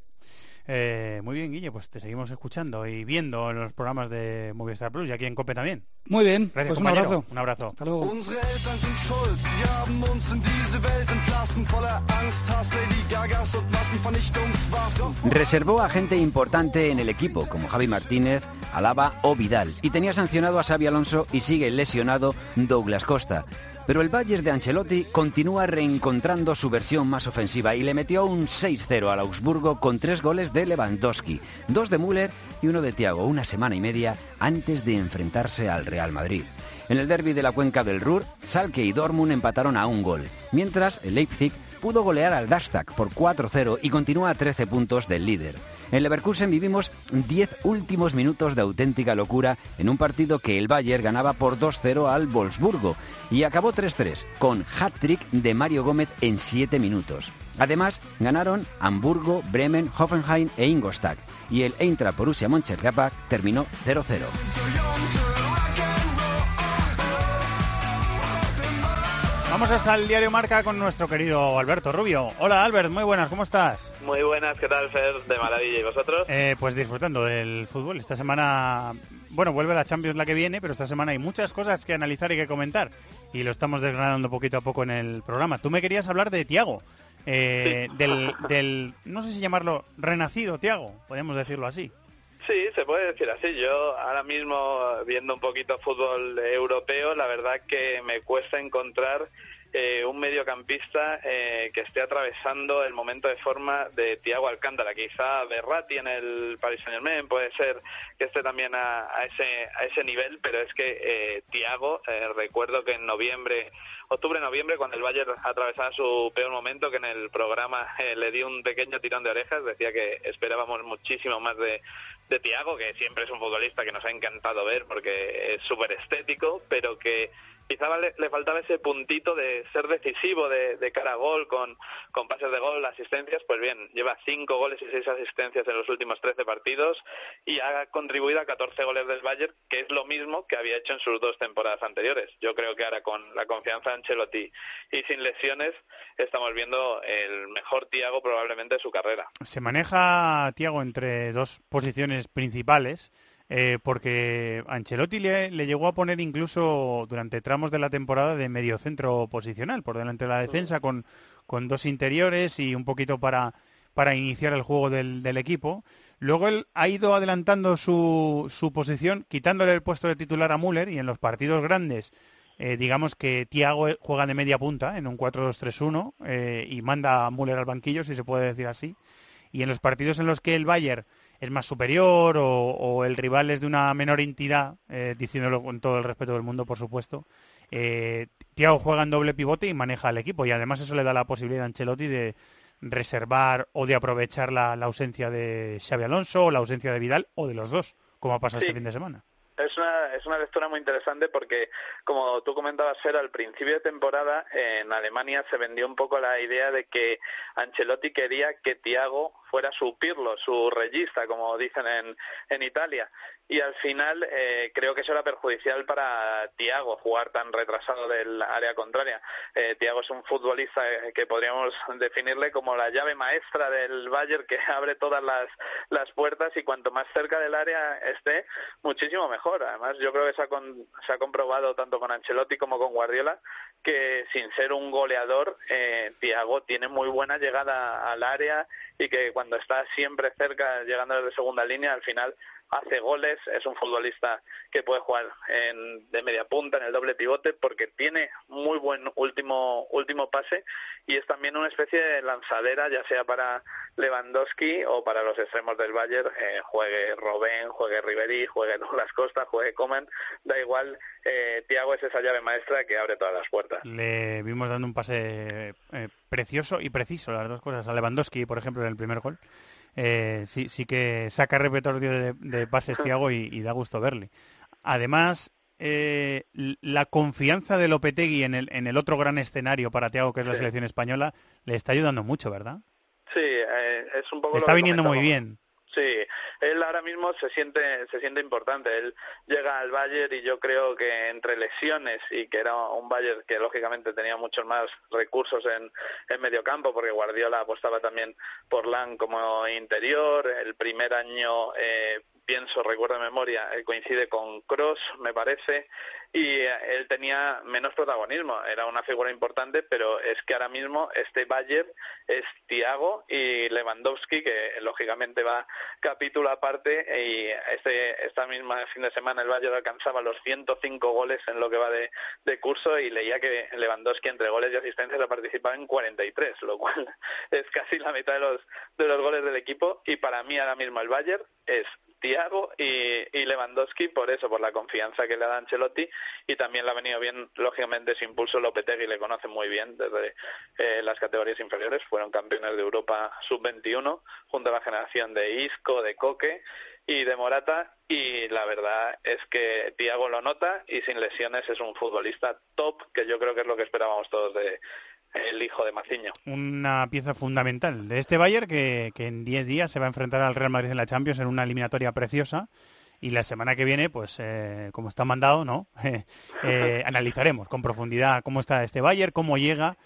Eh, muy bien, Guille, pues te seguimos escuchando y viendo en los programas de Movistar Plus y aquí en COPE también. Muy bien, gracias, pues un compañero. abrazo. Un abrazo. Hasta luego. Reservó a gente importante en el equipo, como Javi Martínez, Alaba o Vidal, y tenía sancionado a Xabi Alonso y sigue lesionado Douglas Costa. Pero el Bayern de Ancelotti continúa reencontrando su versión más ofensiva y le metió un seis cero al Augsburgo con tres goles de Lewandowski, dos de Müller y uno de Thiago, una semana y media antes de enfrentarse al Real Madrid. En el derbi de la cuenca del Ruhr, Schalke y Dortmund empataron a un gol, mientras el Leipzig pudo golear al Darmstadt por cuatro cero y continúa a trece puntos del líder. En Leverkusen vivimos diez últimos minutos de auténtica locura en un partido que el Bayern ganaba por dos cero al Wolfsburgo y acabó tres tres con hat-trick de Mario Gómez en siete minutos. Además, ganaron Hamburgo, Bremen, Hoffenheim e Ingolstadt y el Eintracht Borussia Mönchengladbach terminó cero cero. Vamos hasta el diario Marca con nuestro querido Alberto Rubio. Hola Albert, muy buenas, ¿cómo estás? Muy buenas, ¿qué tal, Fer? De maravilla, ¿y vosotros? Eh, pues disfrutando del fútbol. Esta semana, bueno, vuelve la Champions la que viene, pero esta semana hay muchas cosas que analizar y que comentar. Y lo estamos desgranando poquito a poco en el programa. Tú me querías hablar de Thiago, eh, sí. del, del, no sé si llamarlo renacido Thiago, podemos decirlo así. Sí, se puede decir así. Yo ahora mismo, viendo un poquito fútbol europeo, la verdad que me cuesta encontrar eh, un mediocampista eh, que esté atravesando el momento de forma de Thiago Alcántara. Quizá Verratti en el Paris Saint-Germain puede ser que esté también a, a ese a ese nivel, pero es que eh, Thiago, eh, recuerdo que en noviembre, octubre-noviembre, cuando el Bayern atravesaba su peor momento, que en el programa eh, le di un pequeño tirón de orejas, decía que esperábamos muchísimo más de de Thiago, que siempre es un futbolista que nos ha encantado ver porque es súper estético, pero que quizá le, le faltaba ese puntito de ser decisivo de, de cara a gol, con, con pases de gol, asistencias. Pues bien, lleva cinco goles y seis asistencias en los últimos trece partidos y ha contribuido a catorce goles del Bayern, que es lo mismo que había hecho en sus dos temporadas anteriores. Yo creo que ahora, con la confianza de Ancelotti y sin lesiones, estamos viendo el mejor Thiago probablemente de su carrera. Se maneja Thiago entre dos posiciones principales, eh, porque Ancelotti le, le llegó a poner incluso durante tramos de la temporada de mediocentro posicional, por delante de la defensa, con, con dos interiores y un poquito para, para iniciar el juego del, del equipo. Luego él ha ido adelantando su, su posición, quitándole el puesto de titular a Müller, y en los partidos grandes Eh, digamos que Thiago juega de media punta en un cuatro dos tres uno eh, y manda a Müller al banquillo, si se puede decir así. Y en los partidos en los que el Bayern es más superior o, o el rival es de una menor entidad, eh, diciéndolo con todo el respeto del mundo, por supuesto. Eh, Thiago juega en doble pivote y maneja al equipo, y además eso le da la posibilidad a Ancelotti de reservar o de aprovechar la, la ausencia de Xabi Alonso o la ausencia de Vidal, o de los dos, como ha pasado sí. este fin de semana. Es una, es una lectura muy interesante porque, como tú comentabas, Fer, al principio de temporada en Alemania se vendió un poco la idea de que Ancelotti quería que Thiago fuera su Pirlo, su regista, como dicen en, en Italia. Y al final eh, creo que eso era perjudicial para Thiago, jugar tan retrasado del área contraria. Eh, Thiago es un futbolista que podríamos definirle como la llave maestra del Bayern, que abre todas las, las puertas, y cuanto más cerca del área esté, muchísimo mejor. Además, yo creo que se ha, con, se ha comprobado tanto con Ancelotti como con Guardiola que sin ser un goleador, eh, Thiago tiene muy buena llegada al área, y que cuando está siempre cerca, llegando desde segunda línea, al final hace goles. Es un futbolista que puede jugar en, de media punta, en el doble pivote, porque tiene muy buen último último pase, y es también una especie de lanzadera, ya sea para Lewandowski o para los extremos del Bayern, eh, juegue Robben, juegue Ribéry, juegue Douglas Costa, juegue Coman, da igual, eh, Thiago es esa llave maestra que abre todas las puertas. Le vimos dando un pase eh, precioso y preciso, las dos cosas, a Lewandowski, por ejemplo, en el primer gol. Eh, sí, sí que saca repertorio de, de pases Thiago y, y da gusto verle. Además, eh, la confianza de Lopetegui en el, en el otro gran escenario para Thiago, que es la sí. selección española, le está ayudando mucho, ¿verdad? Sí, eh, es un poco está lo que viniendo comentamos. muy bien. Sí, él ahora mismo se siente se siente importante. Él llega al Bayern y yo creo que entre lesiones y que era un Bayern que lógicamente tenía muchos más recursos en, en mediocampo, porque Guardiola apostaba también por Lang como interior. El primer año, eh, pienso, recuerdo de memoria, eh, coincide con Kroos, me parece, y eh, él tenía menos protagonismo. Era una figura importante, pero es que ahora mismo este Bayern es Thiago y Lewandowski, que lógicamente va capítulo aparte, y este esta misma fin de semana el Bayern alcanzaba los ciento cinco goles en lo que va de, de curso, y leía que Lewandowski entre goles y asistencias ha participado en cuarenta y tres, lo cual es casi la mitad de los de los goles del equipo. Y para mí ahora mismo el Bayern es Thiago y, y Lewandowski, por eso, por la confianza que le da Ancelotti, y también le ha venido bien, lógicamente, ese impulso. Lopetegui le conoce muy bien desde eh, las categorías inferiores, fueron campeones de Europa sub veintiuno, junto a la generación de Isco, de Coque y de Morata, y la verdad es que Thiago lo nota, y sin lesiones es un futbolista top, que yo creo que es lo que esperábamos todos de el hijo de Maciño. Una pieza fundamental de este Bayern que, que en diez días se va a enfrentar al Real Madrid en la Champions en una eliminatoria preciosa, y la semana que viene, pues eh, como está mandado, ¿no? eh, eh, analizaremos con profundidad cómo está este Bayern, cómo llega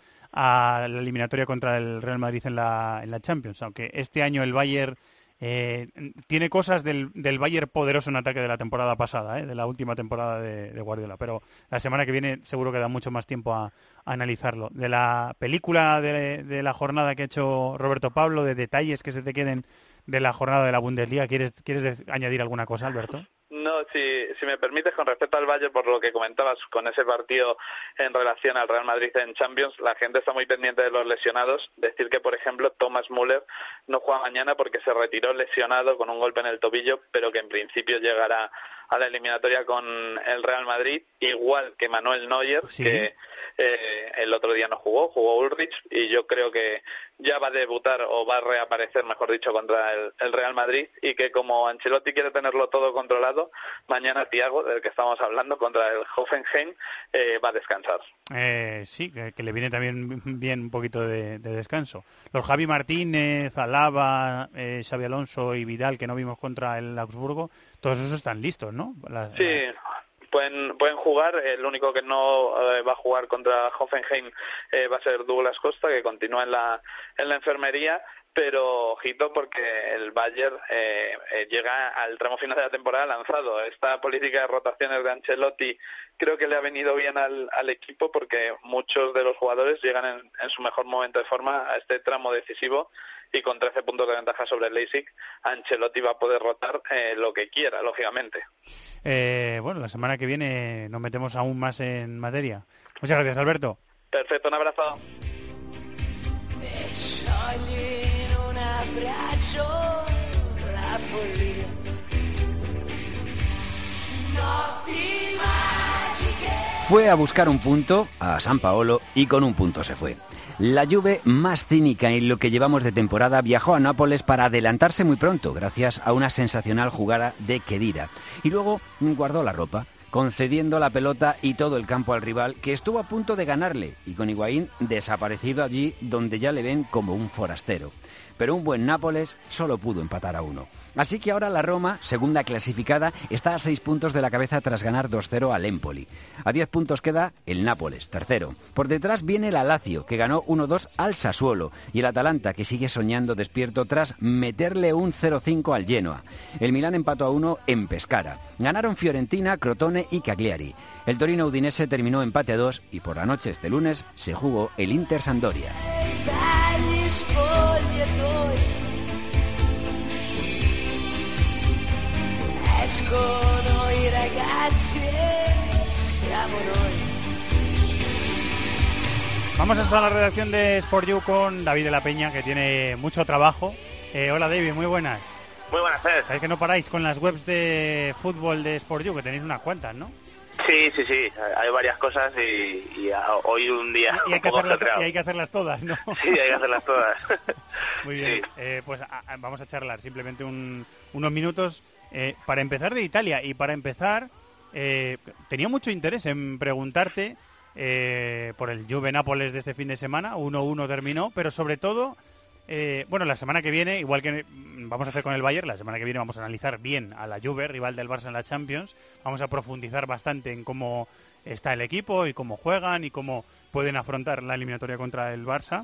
a la eliminatoria contra el Real Madrid en la, en la Champions, aunque este año el Bayern Eh, tiene cosas del, del Bayern poderoso en ataque de la temporada pasada, ¿eh? de la última temporada de, de Guardiola, pero la semana que viene seguro que da mucho más tiempo a, a analizarlo. De la película de, de la jornada que ha hecho Roberto Pablo, de detalles que se te queden de la jornada de la Bundesliga, ¿quieres, quieres añadir alguna cosa, Alberto? No, si, si me permites, con respecto al Bayern, por lo que comentabas con ese partido en relación al Real Madrid en Champions, la gente está muy pendiente de los lesionados. Decir que, por ejemplo, Thomas Müller no juega mañana porque se retiró lesionado con un golpe en el tobillo, pero que en principio llegará a la eliminatoria con el Real Madrid, igual que Manuel Neuer, ¿sí? que eh, el otro día no jugó, jugó Ulrich, y yo creo que ya va a debutar o va a reaparecer, mejor dicho, contra el, el Real Madrid, y que como Ancelotti quiere tenerlo todo controlado, mañana Thiago, del que estamos hablando, contra el Hoffenheim, eh, va a descansar. Eh, sí, que, que le viene también bien un poquito de, de descanso. Los Javi Martínez, Alaba, eh, Xabi Alonso y Vidal, que no vimos contra el Augsburgo, todos esos están listos, ¿no? La, sí, la... pueden pueden jugar. El único que no eh, va a jugar contra Hoffenheim eh, va a ser Douglas Costa, que continúa en la en la enfermería. Pero ojito, porque el Bayern eh, eh, llega al tramo final de la temporada lanzado. Esta política de rotaciones de Ancelotti creo que le ha venido bien al, al equipo, porque muchos de los jugadores llegan en, en su mejor momento de forma a este tramo decisivo, y con trece puntos de ventaja sobre el Leipzig, Ancelotti va a poder rotar eh, lo que quiera, lógicamente. Eh, bueno, la semana que viene nos metemos aún más en materia. Muchas gracias, Alberto. Perfecto, un abrazo. Abbraccio, la la follia. Notti magiche. Fue a buscar un punto a San Paolo y con un punto se fue. La Juve, más cínica en lo que llevamos de temporada, viajó a Nápoles para adelantarse muy pronto, gracias a una sensacional jugada de Khedira. Y luego guardó la ropa, concediendo la pelota y todo el campo al rival, que estuvo a punto de ganarle, y con Higuaín desaparecido allí donde ya le ven como un forastero. Pero un buen Nápoles solo pudo empatar a uno. Así que ahora la Roma, segunda clasificada, está a seis puntos de la cabeza tras ganar dos cero al Empoli. A diez puntos queda el Nápoles, tercero. Por detrás viene la Lazio, que ganó uno dos al Sassuolo, y el Atalanta, que sigue soñando despierto tras meterle un cero cinco al Genoa. El Milán empató a uno en Pescara. Ganaron Fiorentina, Crotone y Cagliari. El Torino Udinese terminó empate a dos y por la noche este lunes se jugó el Inter Sampdoria. Dagli spogliatoi escono i ragazzi e siamo noi. Vamos hasta la redacción de Sport You con David de la Peña, que tiene mucho trabajo. Eh, hola David, muy buenas. Muy buenas tardes. Sabéis que no paráis con las webs de fútbol de Sport You, que tenéis unas cuantas, ¿no? Sí, sí, sí, hay varias cosas y, y hoy un día y hay, un que poco hacerlas, ajetreado. y hay que hacerlas todas, ¿no? Sí, hay que hacerlas todas. Muy bien, Sí. eh, pues a, a, vamos a charlar simplemente un, unos minutos eh, para empezar de Italia. Y para empezar, eh, tenía mucho interés en preguntarte eh, por el Juve Nápoles de este fin de semana, uno uno terminó, pero sobre todo... Eh, bueno, la semana que viene, igual que vamos a hacer con el Bayern, la semana que viene vamos a analizar bien a la Juve, rival del Barça en la Champions. Vamos a profundizar bastante en cómo está el equipo y cómo juegan y cómo pueden afrontar la eliminatoria contra el Barça.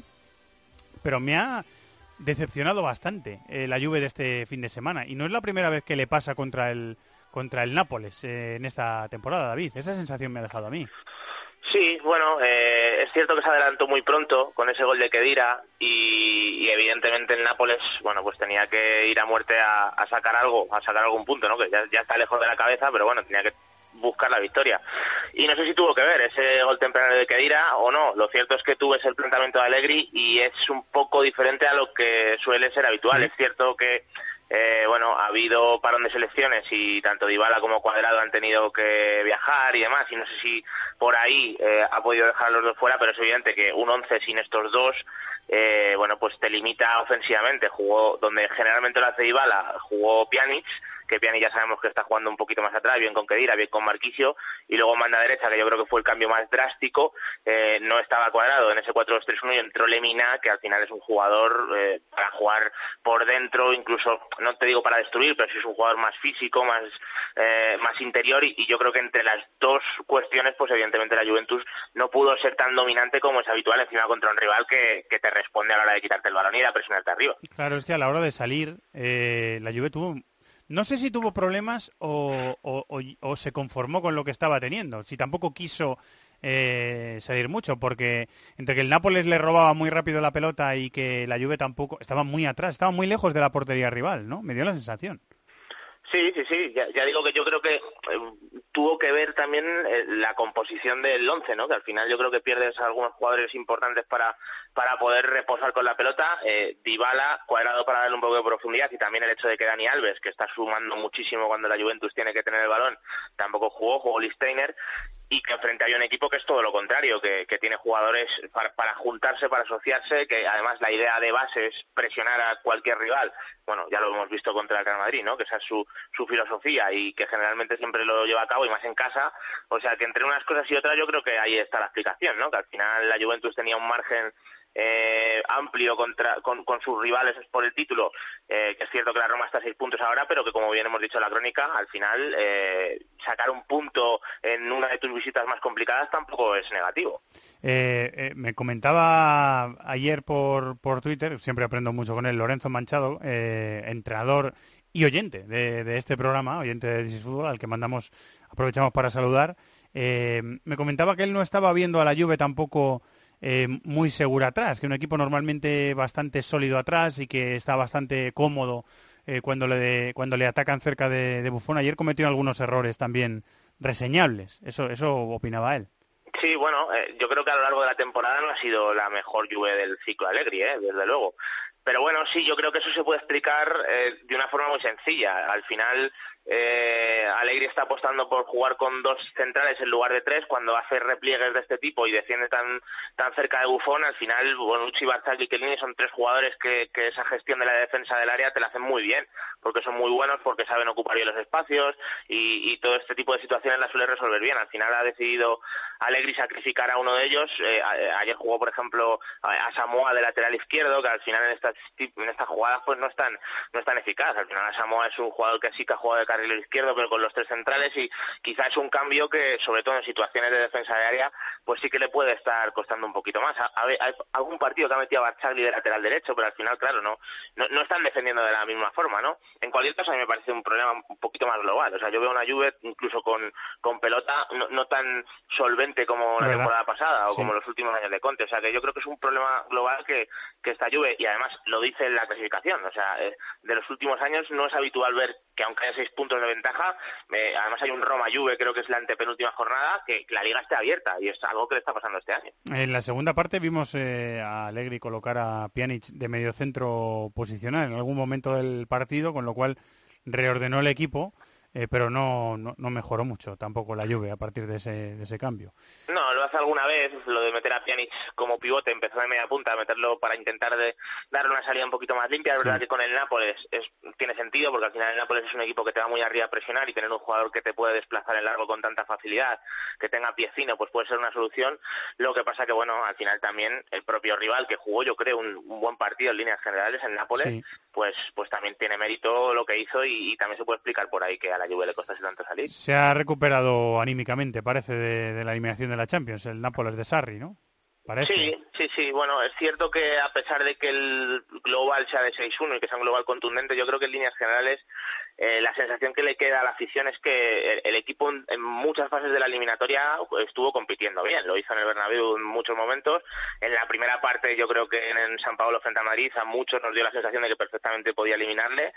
Pero me ha decepcionado bastante eh, la Juve de este fin de semana. Y no es la primera vez que le pasa contra el, contra el Nápoles eh, en esta temporada, David. Esa sensación me ha dejado a mí. Sí, bueno, eh, es cierto que se adelantó muy pronto con ese gol de Khedira y, y evidentemente el Nápoles, bueno, pues tenía que ir a muerte a, a sacar algo, a sacar algún punto, ¿no? Que ya, ya está lejos de la cabeza, pero bueno, tenía que buscar la victoria. Y no sé si tuvo que ver ese gol temprano de Khedira o no. Lo cierto es que tú ves el planteamiento de Allegri y es un poco diferente a lo que suele ser habitual. Sí. Es cierto que Eh, bueno, ha habido parón de selecciones y tanto Dybala como Cuadrado han tenido que viajar y demás, y no sé si por ahí eh, ha podido dejar a los dos fuera, pero es evidente que un once sin estos dos, eh, bueno, pues te limita ofensivamente. Jugó donde generalmente lo hace Dybala, jugó Pjanic, que Pjanic ya sabemos que está jugando un poquito más atrás, bien con Khedira, bien con Marquisio, y luego en banda derecha, que yo creo que fue el cambio más drástico, eh, no estaba Cuadrado en ese cuatro dos tres uno y entró Lemina, que al final es un jugador eh, para jugar por dentro, incluso, no te digo para destruir, pero sí es un jugador más físico, más eh, más interior, y, y yo creo que entre las dos cuestiones, pues evidentemente la Juventus no pudo ser tan dominante como es habitual encima contra un rival que, que te responde a la hora de quitarte el balón y de presionarte arriba. Claro, es que a la hora de salir, eh, la Juve tuvo... No sé si tuvo problemas o, o, o, o se conformó con lo que estaba teniendo. Si tampoco quiso eh, salir mucho, porque entre que el Nápoles le robaba muy rápido la pelota y que la Juve tampoco... Estaba muy atrás, estaba muy lejos de la portería rival, ¿no? Me dio la sensación. Sí, sí, sí. Ya, ya digo que yo creo que eh, tuvo que ver también eh, la composición del once, ¿no? Que al final yo creo que pierdes a algunos jugadores importantes para para poder reposar con la pelota. Eh, Dybala, Cuadrado para darle un poco de profundidad, y también el hecho de que Dani Alves, que está sumando muchísimo cuando la Juventus tiene que tener el balón, tampoco jugó, jugó Lichtsteiner. Y que enfrente hay un equipo que es todo lo contrario, que, que tiene jugadores para, para juntarse, para asociarse, que además la idea de base es presionar a cualquier rival. Bueno, ya lo hemos visto contra el Real Madrid, ¿no? Que esa es su, su filosofía y que generalmente siempre lo lleva a cabo, y más en casa. O sea, que entre unas cosas y otras yo creo que ahí está la explicación, ¿no? Que al final la Juventus tenía un margen eh, amplio contra con, con sus rivales por el título, eh, que es cierto que la Roma está a seis puntos ahora, pero que, como bien hemos dicho en la crónica, al final eh, sacar un punto en una de tus visitas más complicadas tampoco es negativo. Eh, eh, me comentaba ayer por, por Twitter, siempre aprendo mucho con él, Lorenzo Manchado, eh, entrenador y oyente de, de este programa, oyente de This is Football, al que mandamos, aprovechamos para saludar. Eh, me comentaba que él no estaba viendo a la Juve tampoco eh, muy segura atrás, que un equipo normalmente bastante sólido atrás y que está bastante cómodo eh, cuando le cuando le atacan cerca de, de Buffon. Ayer cometió algunos errores también reseñables, eso eso opinaba él. Sí, bueno, eh, yo creo que a lo largo de la temporada no ha sido la mejor Juve del ciclo Allegri, eh, desde luego. pero bueno, sí, yo creo que eso se puede explicar eh, de una forma muy sencilla. Al final, eh, Allegri está apostando por jugar con dos centrales en lugar de tres. Cuando hace repliegues de este tipo y defiende tan tan cerca de Buffon, al final Bonucci, Barzagli y Chiellini son tres jugadores que, que esa gestión de la defensa del área te la hacen muy bien, porque son muy buenos, porque saben ocupar bien los espacios y, y todo este tipo de situaciones las suele resolver bien. Al final ha decidido Allegri sacrificar a uno de ellos. Eh, a, ayer jugó, por ejemplo, a, a Samoa de lateral izquierdo, que al final en estas en estas jugadas pues no es tan no es tan eficaz. Al final Samoa es un jugador que sí que ha jugado de carrilero izquierdo, pero con los tres centrales, y quizás es un cambio que, sobre todo en situaciones de defensa de área, pues sí que le puede estar costando un poquito más. Hay algún partido que ha metido a Barzagli de lateral derecho, pero al final, claro, no, no no están defendiendo de la misma forma, ¿no? En cualquier caso, a mí me parece un problema un poquito más global. O sea, yo veo una Juve incluso con, con pelota no, no tan solvente como la temporada pasada o sí. como los últimos años de Conte. O sea, que yo creo que es un problema global que, que esta Juve, y además lo dice en la clasificación, o sea, eh, de los últimos años no es habitual ver que aunque haya seis puntos de ventaja, eh, además hay un Roma-Juve, creo que es la antepenúltima jornada, que la liga esté abierta, y es algo que le está pasando este año. En la segunda parte vimos eh, a Allegri colocar a Pjanic de mediocentro posicional en algún momento del partido, con lo cual reordenó el equipo, eh, pero no, no, no mejoró mucho tampoco la Juve a partir de ese, de ese cambio. No, lo hace alguna vez, lo de meter a Pjanic como pivote, empezó de media punta, a meterlo para intentar de darle una salida un poquito más limpia. Es sí. verdad que con el Nápoles es, tiene sentido, porque al final el Nápoles es un equipo que te va muy arriba a presionar, y tener un jugador que te puede desplazar en largo con tanta facilidad, que tenga pie fino, pues puede ser una solución. Lo que pasa que, bueno, al final también el propio rival, que jugó, yo creo, un, un buen partido en líneas generales, en Nápoles, sí. pues pues también tiene mérito lo que hizo, y, y también se puede explicar por ahí que a la Juve le costase tanto salir. Se ha recuperado anímicamente, parece, de, de la eliminación de la Champions, el Nápoles de Sarri, ¿no? Parece. Sí, sí, sí. Bueno, es cierto que a pesar de que el global sea de seis uno y que sea un global contundente, yo creo que en líneas generales eh, la sensación que le queda a la afición es que el, el equipo en, en muchas fases de la eliminatoria estuvo compitiendo bien. Lo hizo en el Bernabéu en muchos momentos. En la primera parte, yo creo que en, en San Paolo frente a Madrid, a muchos nos dio la sensación de que perfectamente podía eliminarle.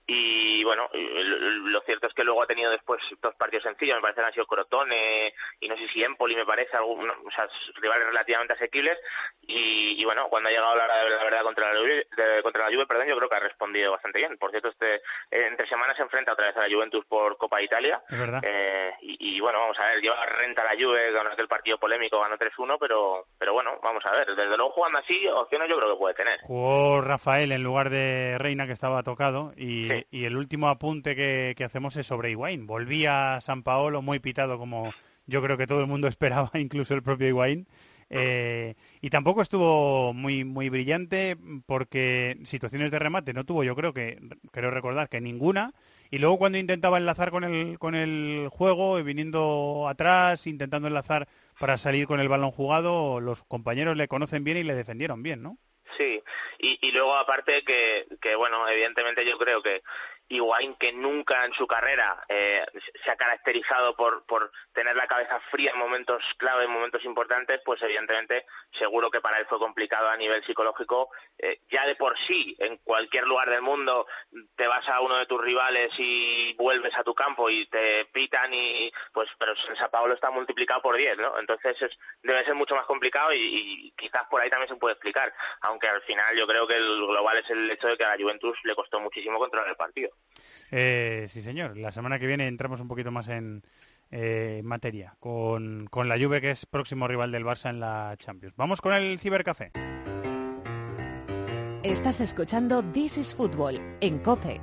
Y bueno, lo cierto es que luego ha tenido después dos partidos sencillos. Me parece que han sido Crotone y no sé si Empoli, me parece, algún, o sea, rivales relativamente asequibles, y, y bueno, cuando ha llegado la hora de la verdad contra la Juve, de, contra la Juve, perdón, yo creo que ha respondido bastante bien. Por cierto, este eh, entre semanas se enfrenta otra vez a la Juventus por Copa de Italia, es verdad. Eh, y, y bueno, vamos a ver, lleva renta la Juve, ganó aquel partido polémico, ganó tres uno, pero pero bueno, vamos a ver, desde luego jugando así, opciones yo creo que puede tener. Jugó Rafael en lugar de Reina, que estaba tocado, y, sí. y el último apunte que, que hacemos es sobre Higuaín. Volvía a San Paolo muy pitado, como yo creo que todo el mundo esperaba, incluso el propio Higuaín. Eh, y tampoco estuvo muy muy brillante, porque situaciones de remate no tuvo, yo creo que creo recordar que ninguna, y luego cuando intentaba enlazar con el con el juego y viniendo atrás, intentando enlazar para salir con el balón jugado, los compañeros le conocen bien y le defendieron bien, ¿no? Sí, y, y luego aparte que, que, bueno, evidentemente yo creo que Higuaín, que nunca en su carrera eh, se ha caracterizado por, por tener la cabeza fría en momentos clave, en momentos importantes, pues evidentemente seguro que para él fue complicado a nivel psicológico. Eh, ya de por sí, en cualquier lugar del mundo, te vas a uno de tus rivales y vuelves a tu campo y te pitan, y pues pero en San Paolo está multiplicado por diez, ¿no? Entonces es, debe ser mucho más complicado, y, y quizás por ahí también se puede explicar, aunque al final yo creo que el global es el hecho de que a la Juventus le costó muchísimo controlar el partido. Eh, sí, señor. La semana que viene entramos un poquito más en eh, materia con, con la Juve, que es próximo rival del Barça en la Champions. Vamos con el Cibercafé. Estás escuchando This is Football en COPE.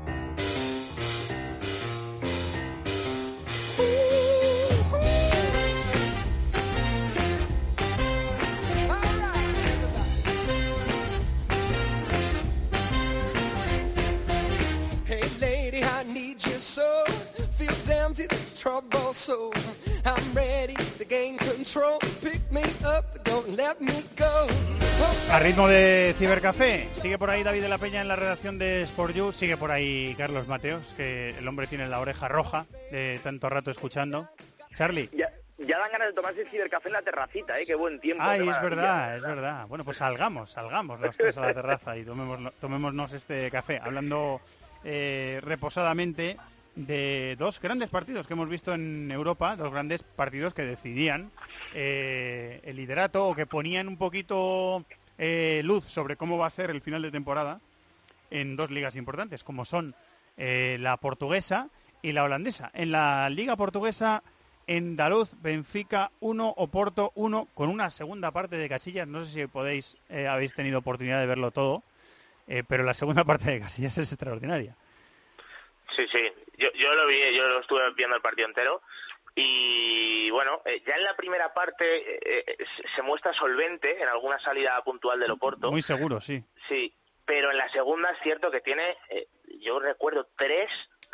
A ritmo de Cibercafé, sigue por ahí David de la Peña en la redacción de Sport You, sigue por ahí Carlos Mateos, que el hombre tiene la oreja roja de tanto rato escuchando. Charlie. Ya, ya dan ganas de tomarse el Cibercafé en la terracita, ¿eh? Qué buen tiempo. Ay, es verdad, es verdad. Bueno, pues salgamos, salgamos los tres a la terraza y tomémonos, tomémonos este café, hablando eh, reposadamente de dos grandes partidos que hemos visto en Europa, dos grandes partidos que decidían eh, el liderato, o que ponían un poquito eh, luz sobre cómo va a ser el final de temporada en dos ligas importantes, como son eh, la portuguesa y la holandesa. En la liga portuguesa, Andaluz, Benfica uno, Oporto uno, con una segunda parte de Casillas. No sé si podéis, eh, habéis tenido oportunidad de verlo todo, eh, pero la segunda parte de Casillas es extraordinaria. Sí, sí, yo, yo lo vi, yo lo estuve viendo el partido entero y bueno, eh, ya en la primera parte eh, eh, se muestra solvente en alguna salida puntual del Oporto. Muy seguro, sí. Sí, pero en la segunda es cierto que tiene, eh, yo recuerdo tres,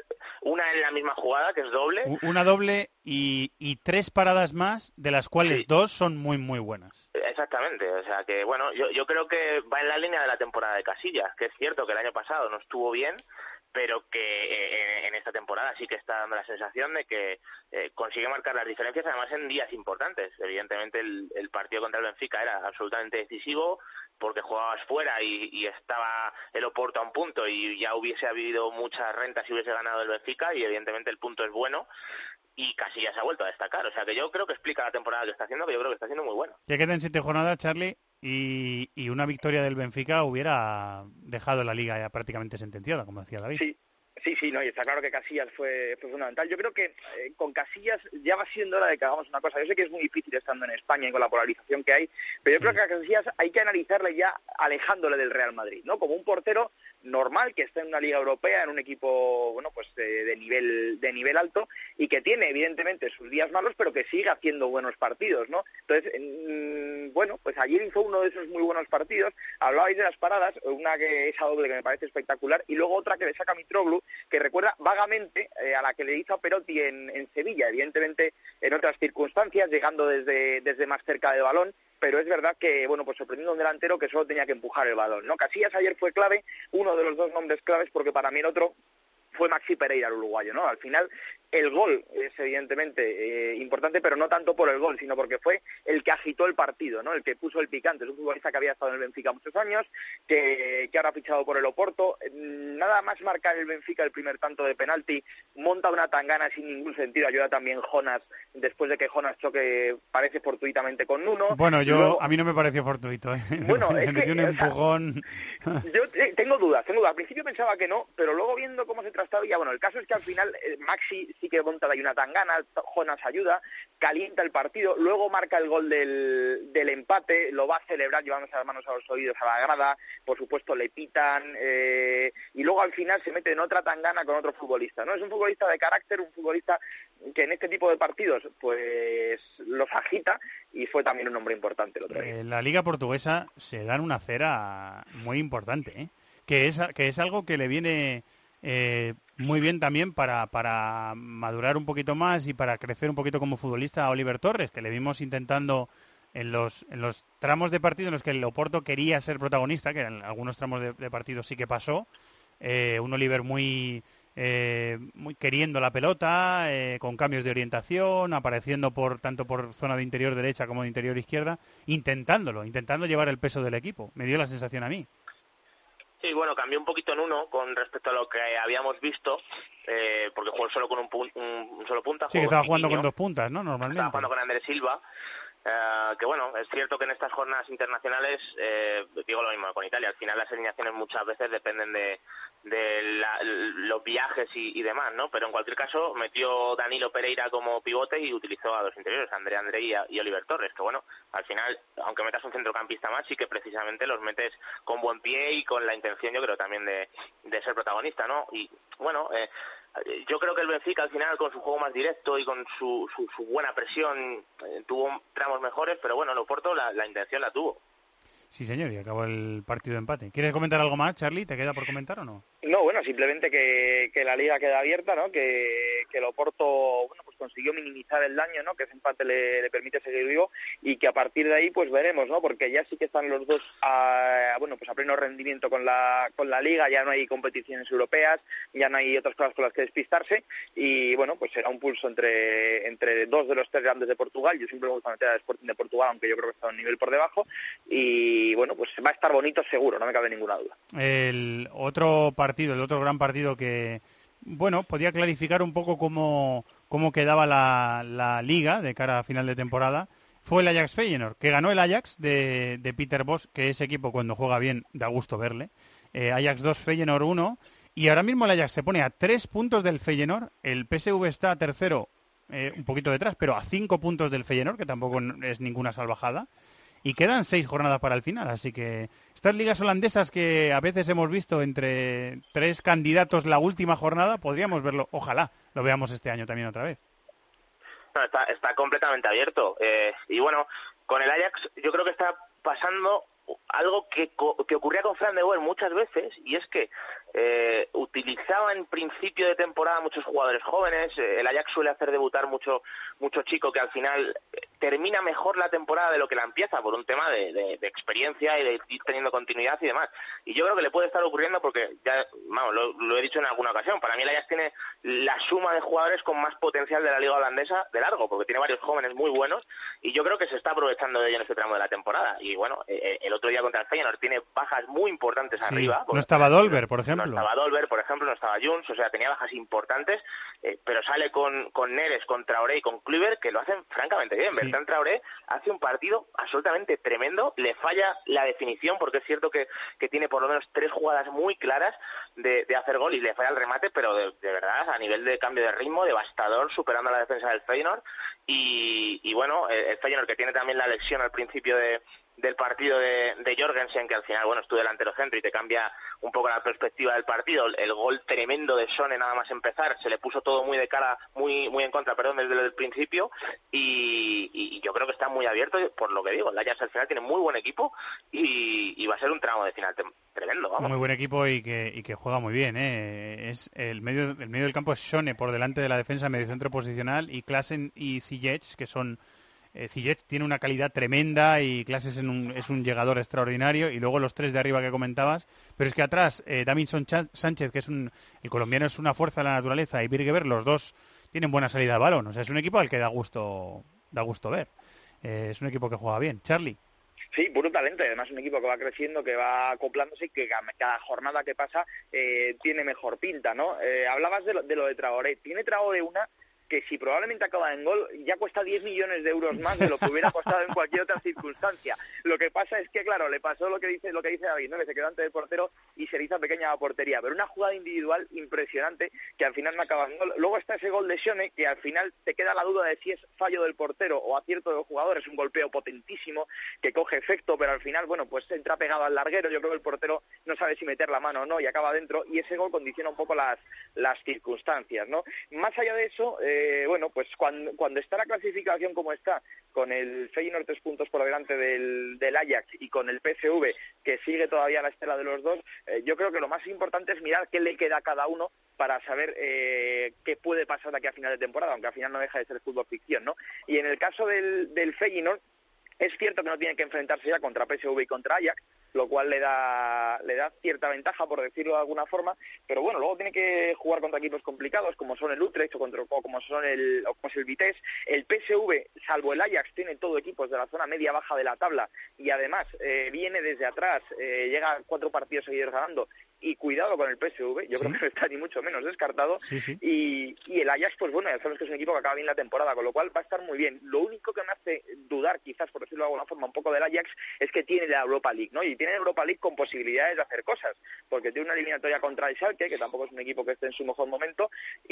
una en la misma jugada, que es doble. Una doble y, y tres paradas más, de las cuales sí. dos son muy, muy buenas. Exactamente, o sea que bueno, yo, yo creo que va en la línea de la temporada de Casillas, que es cierto que el año pasado no estuvo bien, pero que eh, en, en esta temporada sí que está dando la sensación de que eh, consigue marcar las diferencias, además en días importantes. Evidentemente el, el partido contra el Benfica era absolutamente decisivo, porque jugabas fuera y, y estaba el Oporto a un punto y ya hubiese habido muchas rentas si hubiese ganado el Benfica, y evidentemente el punto es bueno y Casillas se ha vuelto a destacar. O sea que yo creo que explica la temporada que está haciendo, que yo creo que está haciendo muy bueno. Ya quedan siete jornadas, Charlie, y, y una victoria del Benfica hubiera dejado la liga ya prácticamente sentenciada, como decía David. Sí. Sí, sí, no, y está claro que Casillas fue, fue fundamental. Yo creo que eh, con Casillas ya va siendo hora de que hagamos una cosa. Yo sé que es muy difícil estando en España y con la polarización que hay, pero yo sí. creo que a Casillas hay que analizarle ya alejándole del Real Madrid, ¿no? Como un portero normal que está en una liga europea, en un equipo, bueno, pues de, de nivel de nivel alto y que tiene evidentemente sus días malos, pero que sigue haciendo buenos partidos, ¿no? Entonces, mmm, bueno, pues ayer hizo uno de esos muy buenos partidos. Hablabais de las paradas, una que esa doble que me parece espectacular y luego otra que le saca Mitroglou, que recuerda vagamente eh, a la que le hizo a Perotti en, en Sevilla, evidentemente en otras circunstancias, llegando desde, desde más cerca del balón, pero es verdad que, bueno, pues sorprendiendo a un delantero que solo tenía que empujar el balón, ¿no? Casillas ayer fue clave, uno de los dos nombres claves, porque para mí el otro fue Maxi Pereira, el uruguayo, ¿no? Al final el gol es evidentemente eh, importante, pero no tanto por el gol, sino porque fue el que agitó el partido, ¿no? El que puso el picante. Es un futbolista que había estado en el Benfica muchos años, que, que ahora ha fichado por el Oporto. Nada más marcar el Benfica el primer tanto de penalti, monta una tangana sin ningún sentido, ayuda también Jonas, después de que Jonas choque, parece fortuitamente con Nuno. Bueno, yo Luego, a mí no me pareció fortuito, ¿eh? Bueno, me es metió que, un empujón. O sea, yo eh, tengo dudas, tengo dudas. Al principio pensaba que no, pero luego viendo cómo se trastabilla, bueno, el caso es que al final eh, Maxi sí que monta de una tangana, Jonas ayuda, calienta el partido, luego marca el gol del, del empate, lo va a celebrar llevándose las manos a los oídos a la grada, por supuesto le pitan, eh, y luego al final se mete en otra tangana con otro futbolista, ¿no? Es un futbolista de carácter, un futbolista que en este tipo de partidos pues los agita, y fue también un hombre importante el otro día. En la Liga Portuguesa se dan una cera muy importante, ¿eh? que es que es algo que le viene eh, muy bien también para, para madurar un poquito más y para crecer un poquito como futbolista a Oliver Torres, que le vimos intentando en los en los tramos de partido en los que el Oporto quería ser protagonista, que en algunos tramos de, de partido sí que pasó, eh, un Oliver muy, eh, muy queriendo la pelota, eh, con cambios de orientación, apareciendo por tanto por zona de interior derecha como de interior izquierda, intentándolo, intentando llevar el peso del equipo. Me dio la sensación a mí. Sí, bueno, cambió un poquito en uno con respecto a lo que habíamos visto, eh, porque jugó solo con un, pun un, un solo punta. Sí, que estaba jugando con dos puntas, ¿no? Normalmente. Estaba jugando con Andrés Silva, eh, que bueno, es cierto que en estas jornadas internacionales, eh, digo lo mismo con Italia, al final las alineaciones muchas veces dependen de, de la, los viajes y, y demás, ¿no? Pero en cualquier caso metió Danilo Pereira como pivote y utilizó a dos interiores, André André y, y Oliver Torres, que bueno, al final, aunque metas un centrocampista más, sí que precisamente los metes con buen pie y con la intención, yo creo, también de, de ser protagonista, ¿no? Y bueno, eh, yo creo que el Benfica al final, con su juego más directo y con su, su, su buena presión, eh, tuvo tramos mejores, pero bueno, el Oporto la, la intención la tuvo. Sí, señor, y acabó el partido de empate. ¿Quieres comentar algo más, Charlie? ¿Te queda por comentar o no? No, bueno, simplemente que, que la liga queda abierta, ¿no? Que, que el Oporto, bueno, pues consiguió minimizar el daño, ¿no? Que ese empate le, le permite seguir vivo, y que a partir de ahí, pues veremos, ¿no? Porque ya sí que están los dos a, bueno, pues a pleno rendimiento con la con la liga, ya no hay competiciones europeas, ya no hay otras cosas con las que despistarse, y bueno, pues será un pulso entre entre dos de los tres grandes de Portugal. Yo siempre me gusta meter al Sporting de Portugal, aunque yo creo que está un nivel por debajo, y bueno, pues va a estar bonito seguro, no me cabe ninguna duda. El otro partido, el otro gran partido que, bueno, podía clarificar un poco cómo, cómo quedaba la, la liga de cara a final de temporada, fue el Ajax Feyenoord, que ganó el Ajax de, de Peter Bosz, que ese equipo cuando juega bien da gusto verle. Eh, Ajax dos, Feyenoord uno, y ahora mismo el Ajax se pone a tres puntos del Feyenoord, el P S V está a tercero, eh, un poquito detrás, pero a cinco puntos del Feyenoord, que tampoco es ninguna salvajada, y quedan seis jornadas para el final, así que estas ligas holandesas que a veces hemos visto entre tres candidatos la última jornada, podríamos verlo, ojalá lo veamos este año también otra vez. No, está, está completamente abierto. Eh, y bueno, con el Ajax yo creo que está pasando algo que, que ocurría con Fran de Boer muchas veces, y es que eh, utilizaba en principio de temporada muchos jugadores jóvenes. Eh, el Ajax suele hacer debutar mucho mucho chico que al final eh, termina mejor la temporada de lo que la empieza, por un tema de, de, de experiencia y de ir teniendo continuidad y demás. Y yo creo que le puede estar ocurriendo porque, ya vamos, lo, lo he dicho en alguna ocasión, para mí el Ajax tiene la suma de jugadores con más potencial de la liga holandesa de largo, porque tiene varios jóvenes muy buenos, y yo creo que se está aprovechando de ello en este tramo de la temporada. Y bueno, eh, el otro día contra el Feyenoord tiene bajas muy importantes sí. arriba. No estaba Dolber, por ejemplo. No estaba Dolber, por ejemplo, no estaba Jones, o sea, tenía bajas importantes, eh, pero sale con, con Neres, con Traoré y con Kluivert, que lo hacen francamente bien. Sí. Bertrand Traoré hace un partido absolutamente tremendo, le falla la definición, porque es cierto que, que tiene por lo menos tres jugadas muy claras de, de hacer gol y le falla el remate, pero de, de verdad, a nivel de cambio de ritmo, devastador, superando la defensa del Feyenoord. Y, y bueno, el, el Feyenoord, que tiene también la lesión al principio de del partido de, de Jorgensen, que al final, bueno, es tu delantero centro y te cambia un poco la perspectiva del partido. El, el gol tremendo de Sone nada más empezar, se le puso todo muy de cara, muy muy en contra, perdón, desde el principio, y, y yo creo que está muy abierto, por lo que digo, el Ajax al final tiene muy buen equipo y, y va a ser un tramo de final tremendo, vamos. Muy buen equipo y que, y que juega muy bien, ¿eh? Es el medio el medio del campo es Sone por delante de la defensa, medio centro posicional, y Klaassen y Ziyech, que son Eh, Ziyech tiene una calidad tremenda y Klaassen es un, es un llegador extraordinario, y luego los tres de arriba que comentabas, pero es que atrás eh, Davinson Sánchez, que es un el colombiano, es una fuerza de la naturaleza, y Birgever, los dos tienen buena salida de balón, o sea, es un equipo al que da gusto da gusto ver, eh, es un equipo que juega bien. Charlie. Sí, puro talento, además un equipo que va creciendo, que va acoplándose y que cada jornada que pasa eh, tiene mejor pinta, ¿no? Eh, hablabas de lo, de lo de Traoré, tiene Traoré una que si probablemente acaba en gol ya cuesta diez millones de euros más de lo que hubiera costado en cualquier otra circunstancia. Lo que pasa es que, claro, le pasó lo que dice lo que dice David, ¿no? Que se quedó ante el portero y se le hizo pequeña la portería, pero una jugada individual impresionante que al final no acaba en gol. Luego está ese gol de Sone, que al final te queda la duda de si es fallo del portero o acierto de los jugadores, un golpeo potentísimo que coge efecto, pero al final, bueno, pues entra pegado al larguero. Yo creo que el portero no sabe si meter la mano o no y acaba dentro, y ese gol condiciona un poco las, las circunstancias, ¿no? Más allá de eso, eh, Eh, bueno, pues cuando, cuando está la clasificación como está, con el Feyenoord tres puntos por delante del, del Ajax y con el P S V que sigue todavía a la estela de los dos, eh, yo creo que lo más importante es mirar qué le queda a cada uno para saber eh, qué puede pasar de aquí a final de temporada, aunque al final no deja de ser fútbol ficción, ¿no? Y en el caso del, del Feyenoord, es cierto que no tiene que enfrentarse ya contra P S V y contra Ajax, lo cual le da le da cierta ventaja, por decirlo de alguna forma, pero bueno, luego tiene que jugar contra equipos complicados como son el Utrecht o, contra, o como son el o como es el Vitesse. El P S V, salvo el Ajax, tiene todo equipos de la zona media-baja de la tabla, y además eh, viene desde atrás, eh, llega a cuatro partidos seguidos ganando, y cuidado con el P S V, yo ¿Sí? creo que no está ni mucho menos descartado, sí, sí. Y, y el Ajax, pues bueno, ya sabemos que es un equipo que acaba bien la temporada, con lo cual va a estar muy bien. Lo único que me hace dudar, quizás por decirlo de alguna forma, un poco del Ajax, es que tiene la Europa League, ¿no? Y tiene la Europa League con posibilidades de hacer cosas, porque tiene una eliminatoria contra el Schalke, que tampoco es un equipo que esté en su mejor momento,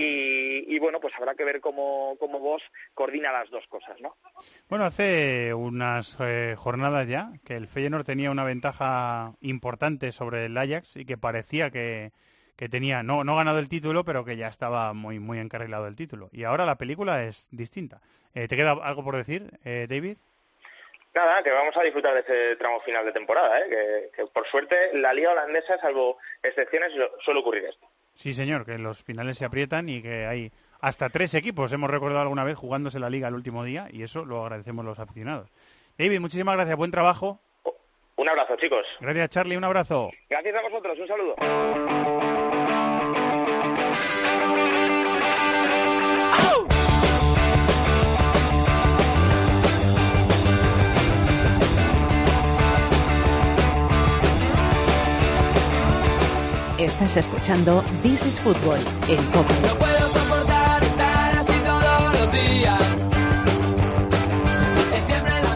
y, y bueno, pues habrá que ver cómo, cómo Bosz coordina las dos cosas, ¿no? Bueno, hace unas eh, jornadas ya que el Feyenoord tenía una ventaja importante sobre el Ajax y que parecía que, que tenía, no, no ganado el título, pero que ya estaba muy, muy encarrilado el título. Y ahora la película es distinta. Eh, ¿Te queda algo por decir, eh, David? Nada, que vamos a disfrutar de ese tramo final de temporada, ¿eh? que, que por suerte la liga holandesa, salvo excepciones, suele ocurrir esto. Sí, señor, que los finales se aprietan y que hay hasta tres equipos, hemos recordado alguna vez, jugándose la liga el último día, y eso lo agradecemos los aficionados. David, muchísimas gracias, buen trabajo. Un abrazo, chicos. Gracias, Charlie, un abrazo. Gracias a vosotros, un saludo. Estás escuchando This is Football en COPE. No puedo soportar estar así todos los días. Es siempre la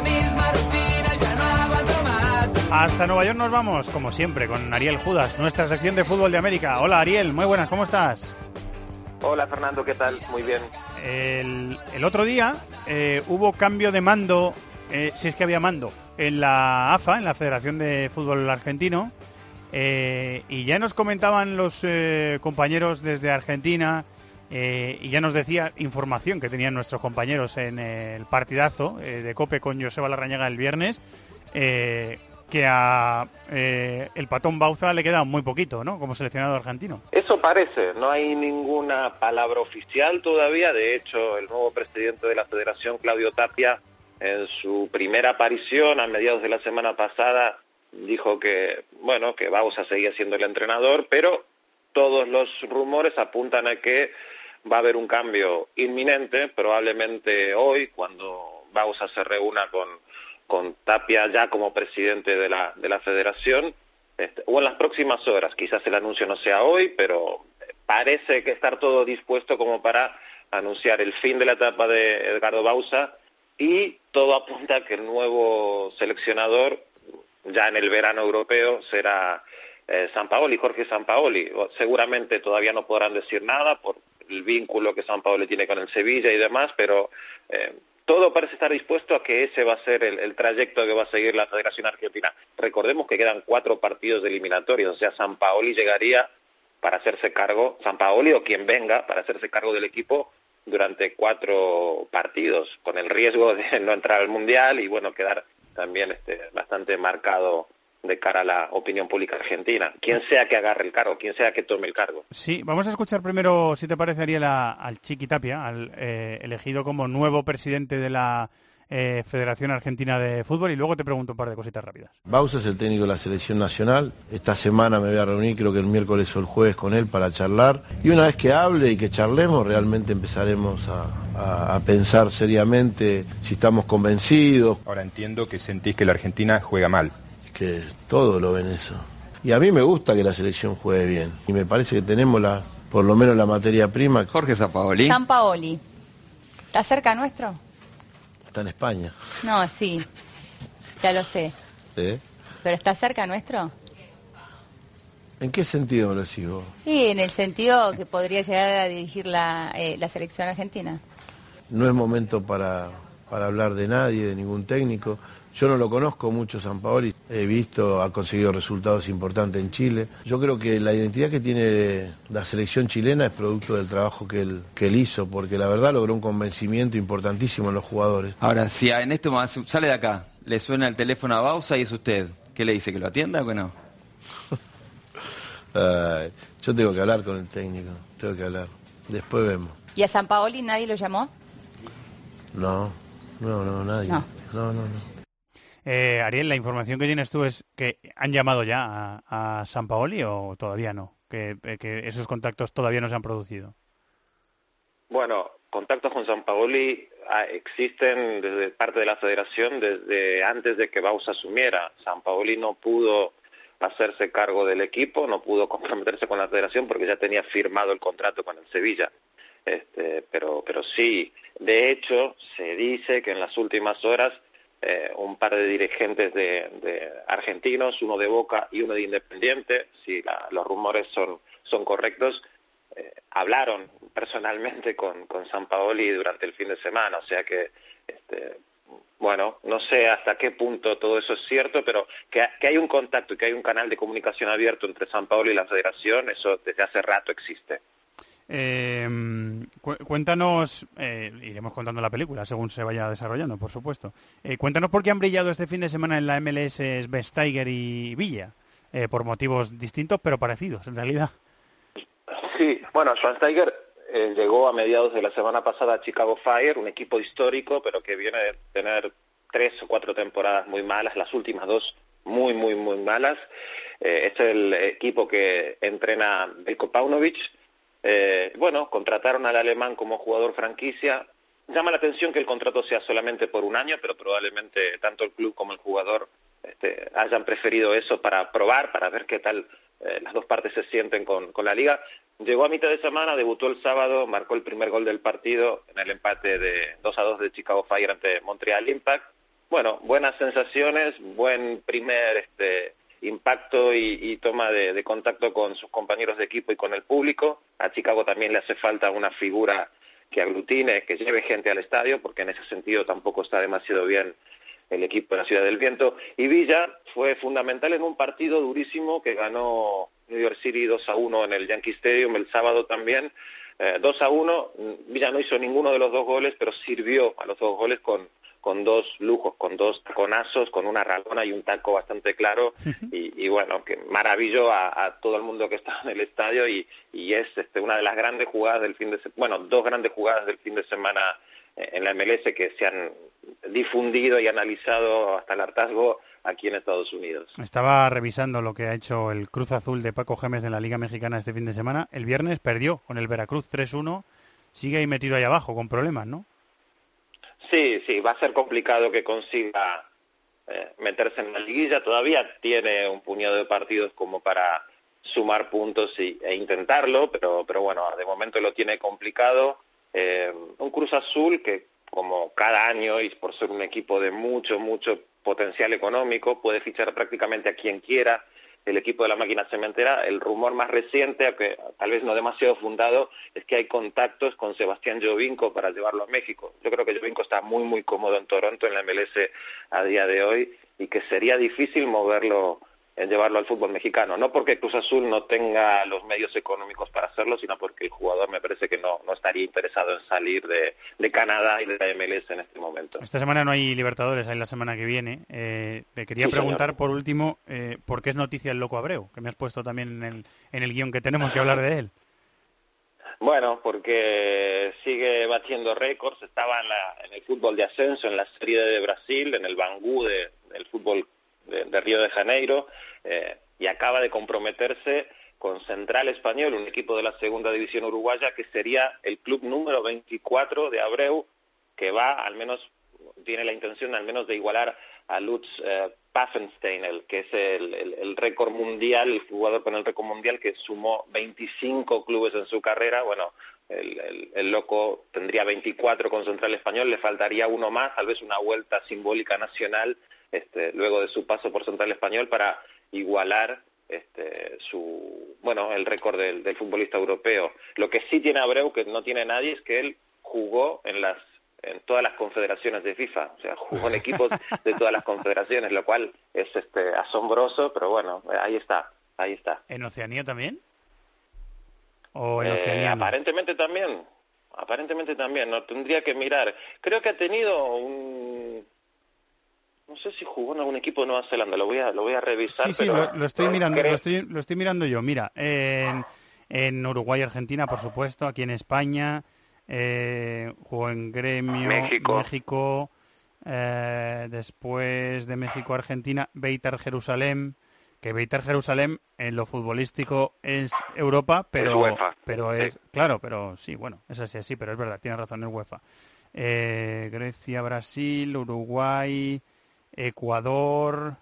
Hasta Nueva York nos vamos, como siempre, con Ariel Judas, nuestra sección de fútbol de América. Hola Ariel, muy buenas, ¿cómo estás? Hola Fernando, ¿qué tal? Muy bien. El, el otro día eh, hubo cambio de mando, eh, si es que había mando, en la A F A, en la Federación de Fútbol Argentino, eh, y ya nos comentaban los eh, compañeros desde Argentina, eh, y ya nos decía información que tenían nuestros compañeros en el partidazo eh, de COPE con Joseba Larrañaga el viernes, eh, que a eh, el Patón Bauza le queda muy poquito, ¿no?, como seleccionado argentino. Eso parece, no hay ninguna palabra oficial todavía. De hecho, el nuevo presidente de la Federación, Claudio Tapia, en su primera aparición a mediados de la semana pasada, dijo que, bueno, que Bauza seguía siendo el entrenador, pero todos los rumores apuntan a que va a haber un cambio inminente, probablemente hoy, cuando Bauza se reúna con con Tapia ya como presidente de la de la federación, este, o en las próximas horas. Quizás el anuncio no sea hoy, pero parece que estar todo dispuesto como para anunciar el fin de la etapa de Edgardo Bauza, y todo apunta a que el nuevo seleccionador ya en el verano europeo será eh, Sampaoli, Jorge Sampaoli. Seguramente todavía no podrán decir nada por el vínculo que Sampaoli tiene con el Sevilla y demás, pero eh, todo parece estar dispuesto a que ese va a ser el, el trayecto que va a seguir la Federación Argentina. Recordemos que quedan cuatro partidos eliminatorios, o sea, Sampaoli llegaría para hacerse cargo, Sampaoli o quien venga, para hacerse cargo del equipo durante cuatro partidos, con el riesgo de no entrar al Mundial y, bueno, quedar también este, bastante marcado de cara a la opinión pública argentina. Quien sea que agarre el cargo, quien sea que tome el cargo. Sí, vamos a escuchar primero, si te parece, Ariel, a, al Chiqui Tapia, al eh, elegido como nuevo presidente de la eh, Federación Argentina de Fútbol, y luego te pregunto un par de cositas rápidas. Bauza es el técnico de la selección nacional. Esta semana me voy a reunir, creo que el miércoles o el jueves, con él para charlar. Y una vez que hable y que charlemos, realmente empezaremos a, a, a pensar seriamente si estamos convencidos. Ahora entiendo que sentís que la Argentina juega mal. Que todo lo ven eso. Y a mí me gusta que la selección juegue bien. Y me parece que tenemos la, por lo menos la materia prima. Jorge Sampaoli. Sampaoli. ¿Está cerca nuestro? Está en España. No, sí. Ya lo sé. ¿Eh? ¿Pero está cerca nuestro? ¿En qué sentido me lo decís vos? Sí, en el sentido que podría llegar a dirigir la, eh, la selección argentina. No es momento para, para hablar de nadie, de ningún técnico. Yo no lo conozco mucho, Sampaoli, he visto, ha conseguido resultados importantes en Chile. Yo creo que la identidad que tiene la selección chilena es producto del trabajo que él, que él hizo, porque la verdad logró un convencimiento importantísimo en los jugadores. Ahora, si en este momento sale de acá, le suena el teléfono a Bauza y es usted, ¿qué le dice? ¿Que lo atienda o que no? Ay, yo tengo que hablar con el técnico, tengo que hablar. Después vemos. ¿Y a Sampaoli nadie lo llamó? No, no, no, nadie. No, no, no. no. Eh, Ariel, ¿la información que tienes tú es que han llamado ya a, a Sampaoli o todavía no? Que, que esos contactos todavía no se han producido. Bueno, contactos con Sampaoli ah, existen desde parte de la Federación desde antes de que Bauza asumiera. Sampaoli no pudo hacerse cargo del equipo, no pudo comprometerse con la Federación porque ya tenía firmado el contrato con el Sevilla. Este, pero, pero sí, de hecho, se dice que en las últimas horas Eh, un par de dirigentes de, de argentinos, uno de Boca y uno de Independiente, si la, los rumores son, son correctos, eh, hablaron personalmente con, con Sampaoli durante el fin de semana, o sea que, este, bueno, no sé hasta qué punto todo eso es cierto, pero que, que hay un contacto y que hay un canal de comunicación abierto entre Sampaoli y la Federación, eso desde hace rato existe. Eh, cu cuéntanos, eh, iremos contando la película según se vaya desarrollando, por supuesto. Eh, cuéntanos por qué han brillado este fin de semana en la M L S Schweinsteiger y Villa, eh, por motivos distintos pero parecidos en realidad. Sí, bueno, Schweinsteiger eh, llegó a mediados de la semana pasada a Chicago Fire, un equipo histórico pero que viene de tener tres o cuatro temporadas muy malas, las últimas dos muy, muy, muy malas. Eh, es el equipo que entrena Veljko Paunovic. Eh, bueno, contrataron al alemán como jugador franquicia. Llama la atención que el contrato sea solamente por un año, pero probablemente tanto el club como el jugador este, hayan preferido eso para probar, para ver qué tal eh, las dos partes se sienten con, con la liga. Llegó a mitad de semana, debutó el sábado, marcó el primer gol del partido en el empate de dos a dos de Chicago Fire ante Montreal Impact. bueno, buenas sensaciones, buen primer este impacto y, y toma de, de contacto con sus compañeros de equipo y con el público. A Chicago también le hace falta una figura que aglutine, que lleve gente al estadio, porque en ese sentido tampoco está demasiado bien el equipo de la Ciudad del Viento. Y Villa fue fundamental en un partido durísimo que ganó New York City dos a uno en el Yankee Stadium el sábado también. Eh, dos a uno, Villa no hizo ninguno de los dos goles, pero sirvió a los dos goles con, con dos lujos, con dos taconazos, con una ralona y un taco bastante claro. Y, y bueno, que maravilló a, a todo el mundo que estaba en el estadio y, y es este, una de las grandes jugadas del fin de semana, bueno, dos grandes jugadas del fin de semana en la M L S que se han difundido y analizado hasta el hartazgo aquí en Estados Unidos. Estaba revisando lo que ha hecho el Cruz Azul de Paco Gémez en la Liga Mexicana este fin de semana. El viernes perdió con el Veracruz tres uno. Sigue ahí metido ahí abajo con problemas, ¿no? Sí, sí, va a ser complicado que consiga eh, meterse en la liguilla. Todavía tiene un puñado de partidos como para sumar puntos y, e intentarlo, pero, pero bueno, de momento lo tiene complicado. Eh, un Cruz Azul que, como cada año, y por ser un equipo de mucho, mucho potencial económico, puede fichar prácticamente a quien quiera. El equipo de la máquina cementera, el rumor más reciente, aunque tal vez no demasiado fundado, es que hay contactos con Sebastián Giovinco para llevarlo a México. Yo creo que Giovinco está muy, muy cómodo en Toronto, en la M L S a día de hoy, y que sería difícil moverlo, en llevarlo al fútbol mexicano. No porque Cruz Azul no tenga los medios económicos para hacerlo, sino porque el jugador me parece que no, no estaría interesado en salir de, de Canadá y de la M L S en este momento. Esta semana no hay Libertadores, hay la semana que viene. Eh, te quería sí, preguntar señor. por último, eh, ¿por qué es noticia el Loco Abreu? Que me has puesto también en el, en el guión que tenemos que hablar de él. Bueno, porque sigue batiendo récords, estaba en, la, en el fútbol de ascenso, en la Serie de Brasil, en el Bangu de, del fútbol de, de Río de Janeiro, eh, y acaba de comprometerse con Central Español, un equipo de la segunda división uruguaya, que sería el club número veinticuatro de Abreu, que va, al menos, tiene la intención al menos de igualar a Lutz eh, Pfaffenstein, el, que es el, el, el récord mundial, el jugador con el récord mundial que sumó veinticinco clubes en su carrera. Bueno, el, el, el loco tendría veinticuatro con Central Español, le faltaría uno más, tal vez una vuelta simbólica nacional, este, luego de su paso por Central Español, para igualar este, su, bueno, el récord del, del futbolista europeo. Lo que sí tiene Abreu, que no tiene nadie, es que él jugó en las en todas las confederaciones de FIFA, o sea, jugó en equipos de todas las confederaciones, lo cual es este asombroso, pero bueno, ahí está, ahí está. ¿En Oceanía también? ¿O en eh, Oceanía? Aparentemente también, aparentemente también, no tendría que mirar. Creo que ha tenido un, no sé si jugó en algún equipo de Nueva Zelanda, lo voy a, lo voy a revisar. Sí, sí, pero lo, lo estoy mirando, creo... lo estoy, lo estoy mirando yo. Mira, en, en Uruguay, Argentina, por supuesto, aquí en España. Eh, jugó en Gremio, México, México eh, después de México, Argentina, Beitar Jerusalén, que Beitar Jerusalén en lo futbolístico es Europa, pero, es UEFA. pero es, sí. Claro, pero sí, bueno, es así, así, pero es verdad, tiene razón, es UEFA. Eh, Grecia, Brasil, Uruguay, Ecuador,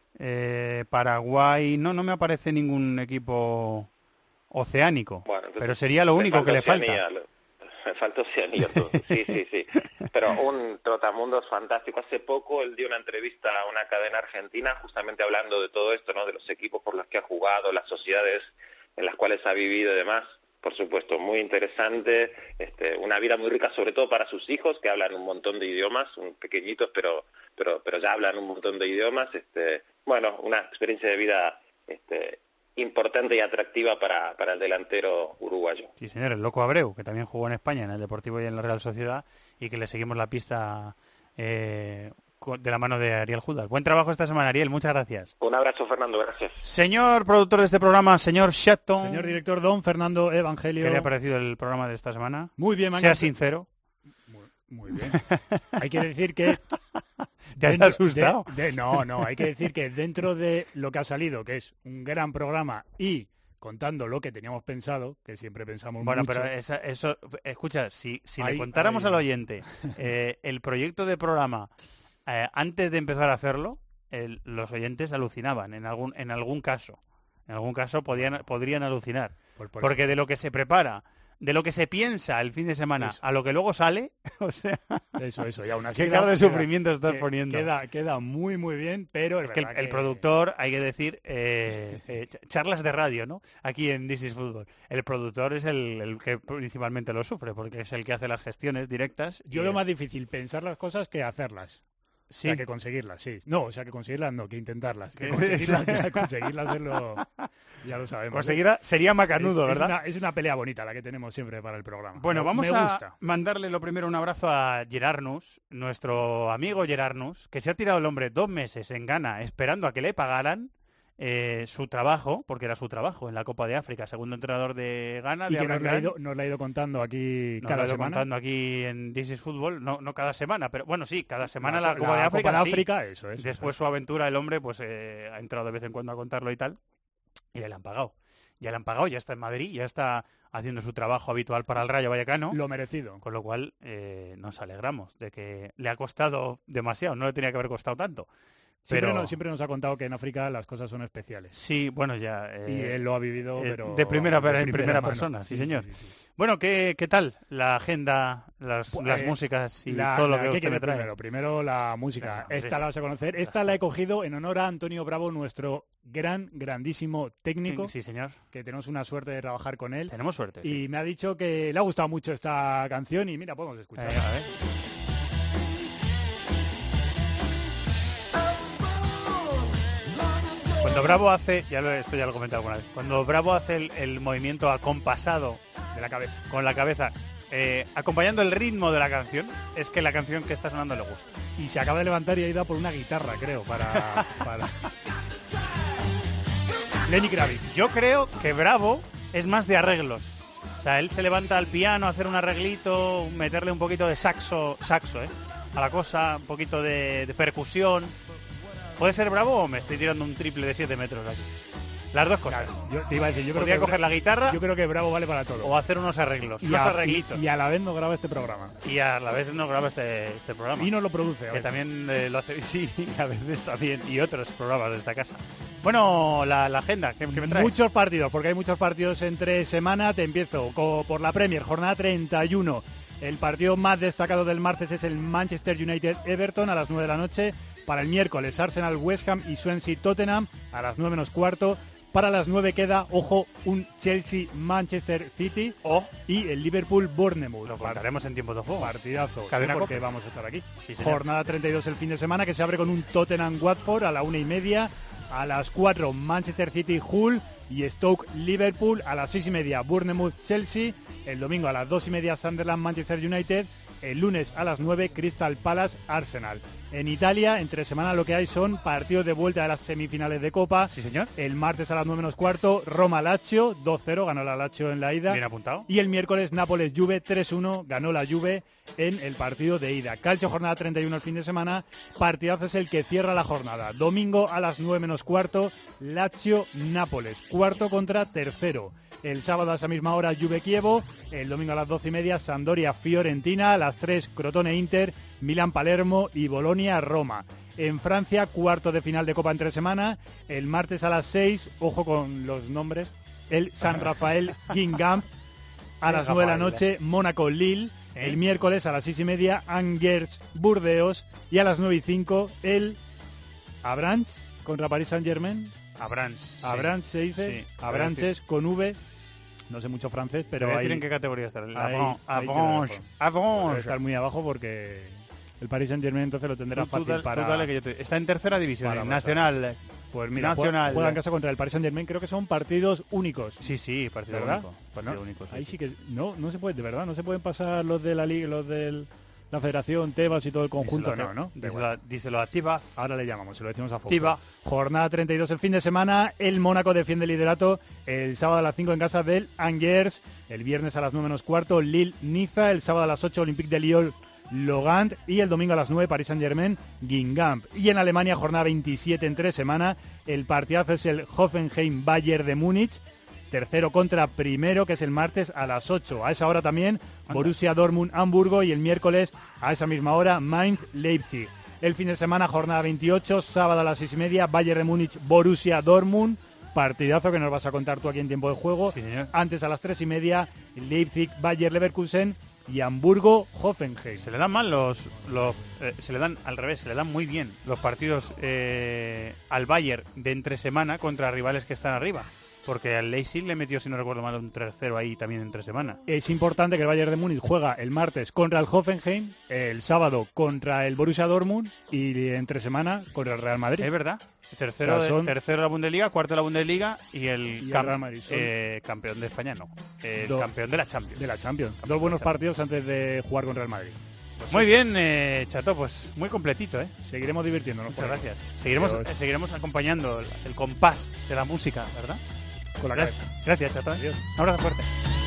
eh, Paraguay, no, no me aparece ningún equipo oceánico, bueno, pero sería lo único que le falta. Me falta Oceanía, sí, sí, sí. Pero un trotamundos fantástico. Hace poco él dio una entrevista a una cadena argentina justamente hablando de todo esto, ¿no? De los equipos por los que ha jugado, las sociedades en las cuales ha vivido y demás. Por supuesto, muy interesante, este, una vida muy rica, sobre todo para sus hijos, que hablan un montón de idiomas, un pequeñitos, pero, pero, pero ya hablan un montón de idiomas. Este, bueno, una experiencia de vida este, importante y atractiva para, para el delantero uruguayo. Sí, señor, el Loco Abreu, que también jugó en España, en el Deportivo y en la Real Sociedad, y que le seguimos la pista eh, de la mano de Ariel Judas. Buen trabajo esta semana, Ariel, muchas gracias. Un abrazo, Fernando, gracias. Señor productor de este programa, señor Shatton. Señor director, don Fernando Evangelio. ¿Qué le ha parecido el programa de esta semana? Muy bien, Sea sincero. Muy, muy bien. Hay que decir que... ¿Te has asustado? De, de, no, no, hay que decir que dentro de lo que ha salido, que es un gran programa y contando lo que teníamos pensado, que siempre pensamos bueno, mucho... Bueno, pero esa, eso, escucha, si, si ahí, le contáramos ahí. al oyente eh, el proyecto de programa eh, antes de empezar a hacerlo, el, los oyentes alucinaban en algún en algún caso. En algún caso podían, podrían alucinar. Por, por porque de lo que se prepara, de lo que se piensa el fin de semana eso. a lo que luego sale, o sea... Eso, eso, y aún así... Qué cara de queda, sufrimiento estás que, poniendo. Queda, queda muy, muy bien, pero... Es que el, el productor, hay que decir, eh, eh, charlas de radio, ¿no? Aquí en This is Football. El productor es el, el que principalmente lo sufre, porque es el que hace las gestiones directas. Yo y lo el... más difícil, pensar las cosas que hacerlas. Sí. O sea, que conseguirlas, sí. No, o sea, que conseguirlas no, que intentarlas. Que conseguirlas, ya, conseguirlas es lo... Ya lo sabemos. Conseguirla sería macanudo, es, ¿verdad? Es una, es una pelea bonita la que tenemos siempre para el programa. Bueno, me, vamos me a gusta. mandarle lo primero un abrazo a Gerardnus, nuestro amigo Gerardnus, que se ha tirado el hombre dos meses en Ghana esperando a que le pagaran eh, su trabajo, porque era su trabajo en la Copa de África, segundo entrenador de Ghana. Y de que nos la, ha Abraham ido, nos la ha ido contando aquí nos cada lo ha ido semana. contando aquí en This is Football, no, no cada semana, pero bueno, sí, cada semana la, la Copa de África. Copa de sí. África, eso es. Después eso. su aventura, el hombre, pues eh, ha entrado de vez en cuando a contarlo y tal, y ya le han pagado. Ya le han pagado, ya está en Madrid, ya está haciendo su trabajo habitual para el Rayo Vallecano. Lo merecido. Con lo cual eh, nos alegramos de que le ha costado demasiado, no le tenía que haber costado tanto. Siempre, Pero... nos, siempre nos ha contado que en África las cosas son especiales. Sí, bueno, ya... Eh, y él lo ha vivido, eh, pero... De primera, de en primera, primera mano. persona, sí, sí señor. Sí, sí, sí. Bueno, ¿qué, ¿qué tal la agenda, las, Pues, las eh, músicas y la, todo lo la, que ¿qué usted me trae? Primero, primero la música. Venga, Esta la vas a conocer. Esta la he cogido en honor a Antonio Bravo, nuestro gran, grandísimo técnico. Sí, señor. Que tenemos una suerte de trabajar con él. Tenemos suerte. Y sí. me ha dicho que le ha gustado mucho esta canción y mira, podemos escucharla. Eh, a ver. Cuando Bravo hace, ya lo, esto ya lo he comentado alguna vez, cuando Bravo hace el, el movimiento acompasado de la cabeza, con la cabeza, eh, acompañando el ritmo de la canción, es que la canción que está sonando le gusta. Y se acaba de levantar y ha ido a por una guitarra, creo, para... para... Lenny Kravitz. Yo creo que Bravo es más de arreglos. O sea, él se levanta al piano a hacer un arreglito, meterle un poquito de saxo, saxo, ¿eh? A la cosa, un poquito de, de percusión. ¿Puede ser Bravo o me estoy tirando un triple de siete metros aquí? Las dos cosas. Yo te iba a decir, yo creo Podría que coger la guitarra. Yo creo que Bravo vale para todo. O hacer unos arreglos, y unos a, arreglitos. Y, y a la vez no graba este programa. Y a la vez no graba este, este programa. Y no lo produce. Que también eh, lo hace, sí, a veces también. Y otros programas de esta casa. Bueno, la, la agenda, ¿qué, qué me traes? Muchos partidos, porque hay muchos partidos entre semana. Te empiezo con, por la Premier, jornada treinta y uno. El partido más destacado del martes es el Manchester United-Everton a las nueve de la noche. Para el miércoles, Arsenal-West Ham y Swansea-Tottenham a las nueve menos cuarto. Para las nueve queda, ojo, un Chelsea-Manchester City oh. y el Liverpool-Bournemouth. Lo contaremos en tiempo de juego. Partidazo. Cadena porque Cope. Vamos a estar aquí. Sí, jornada treinta y dos el fin de semana, que se abre con un Tottenham-Watford a la una y media. A las cuatro, Manchester City-Hull y Stoke-Liverpool. A las seis y media, Bournemouth-Chelsea. El domingo a las dos y media, Sunderland-Manchester United. El lunes a las nueve, Crystal Palace-Arsenal. En Italia, entre semana lo que hay son partidos de vuelta de las semifinales de Copa. Sí, señor. martes a las nueve menos cuarto, Roma-Lazio, dos cero, ganó la Lazio en la ida. Bien apuntado. Y el miércoles, Nápoles-Juve, tres uno, ganó la Juve en el partido de ida. Calcio, jornada treinta y uno el fin de semana. Partidazo es el que cierra la jornada. Domingo a las nueve menos cuarto, Lazio-Nápoles, cuarto contra tercero. El sábado a esa misma hora, Juve-Kievo. El domingo a las doce y media, Sampdoria-Fiorentina. A las tres, Crotone-Inter, Milán-Palermo y Bolonia-Roma. En Francia, cuarto de final de Copa entre semana. El martes a las seis, ojo con los nombres, el San Rafael Guingamp. A las nueve de la noche, Mónaco-Lille. El miércoles a las seis y media, Angers-Burdeos. Y a las nueve y cinco, el Abranches contra Paris Saint-Germain. Abranches. Abranches se dice. Sí. Abranches con V. No sé mucho francés, pero Voy a ahí... decir en qué categoría está. Avranches. Avranches. Debe Avranches. estar muy abajo porque el Paris Saint-Germain entonces lo tendrá Tú- tú fácil dale- tú para... dale que yo te- Está en tercera división, para en pasar. Nacional. Pues mira, Nacional. juega, juega en casa contra el Paris Saint-Germain. Creo que son partidos únicos. Sí, sí, partido ¿verdad? único. Pues Partido no, único, sí, ahí sí. sí que... No, no se puede, de verdad, no se pueden pasar los de la liga, los de la Federación, Tebas y todo el conjunto. Díselo a- No, ¿no? Da Díselo, igual. a- díselo a Tibas. Ahora le llamamos, se lo decimos a Fox. Tiba. Jornada treinta y dos el fin de semana. El Mónaco defiende el liderato el sábado a las cinco en casa del Angers. El viernes a las nueve menos cuarto, Lille-Niza. El sábado a las ocho, Olympique de Lyon, Logant. Y el domingo a las nueve, Paris Saint-Germain, Guingamp. Y en Alemania, jornada veintisiete entre semana. El partidazo es el Hoffenheim-Bayern de Múnich. Tercero contra primero, que es el martes a las ocho. A esa hora también, Borussia Dortmund-Hamburgo. Y el miércoles, a esa misma hora, Mainz-Leipzig. El fin de semana, jornada veintiocho, sábado a las seis y media, Bayern de Múnich, Borussia Dortmund. Partidazo que nos vas a contar tú aquí en tiempo de juego. Sí, señor. Antes a las tres y media, Leipzig, Bayer Leverkusen. y Hamburgo-Hoffenheim. Se le dan mal los... los eh, se le dan al revés, se le dan muy bien los partidos eh, al Bayern de entre semana contra rivales que están arriba. Porque al Leipzig le metió, si no recuerdo mal, un tres cero ahí también entre semana. Es importante que el Bayern de Múnich juega el martes contra el Hoffenheim, el sábado contra el Borussia Dortmund y entre semana contra el Real Madrid. Es verdad. Tercero, O sea, son... de, tercero de la Bundesliga, cuarto de la Bundesliga y el, y el cam... Real Madrid. Son... eh, campeón de España, no. El Do... campeón de la Champions. De la Champions. Dos buenos partidos antes de jugar contra el Madrid. Pues muy bien, eh, Chato, pues muy completito, ¿eh? Seguiremos divirtiéndonos. Muchas gracias. Seguiremos, eh, seguiremos acompañando el, el compás de la música, ¿verdad? Con la gracias. cabeza. Gracias, Chato. Adiós. Un abrazo fuerte.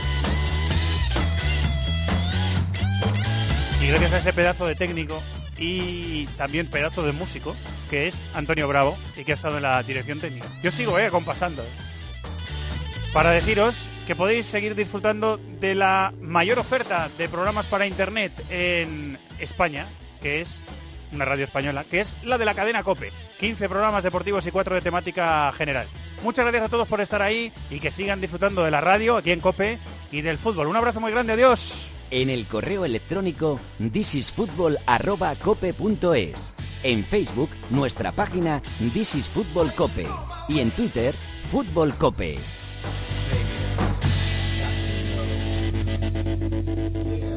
Y gracias a ese pedazo de técnico y también pedazo de músico, que es Antonio Bravo, y que ha estado en la dirección técnica. Yo sigo, eh, compasando. Para deciros que podéis seguir disfrutando de la mayor oferta de programas para Internet en España, que es una radio española, que es la de la cadena COPE. quince programas deportivos y cuatro de temática general. Muchas gracias a todos por estar ahí y que sigan disfrutando de la radio aquí en COPE y del fútbol. Un abrazo muy grande, adiós. En el correo electrónico thisisfutbol arroba cope punto es. En Facebook, nuestra página This is Fútbol Cope. Y en Twitter, Fútbol Cope. Yeah.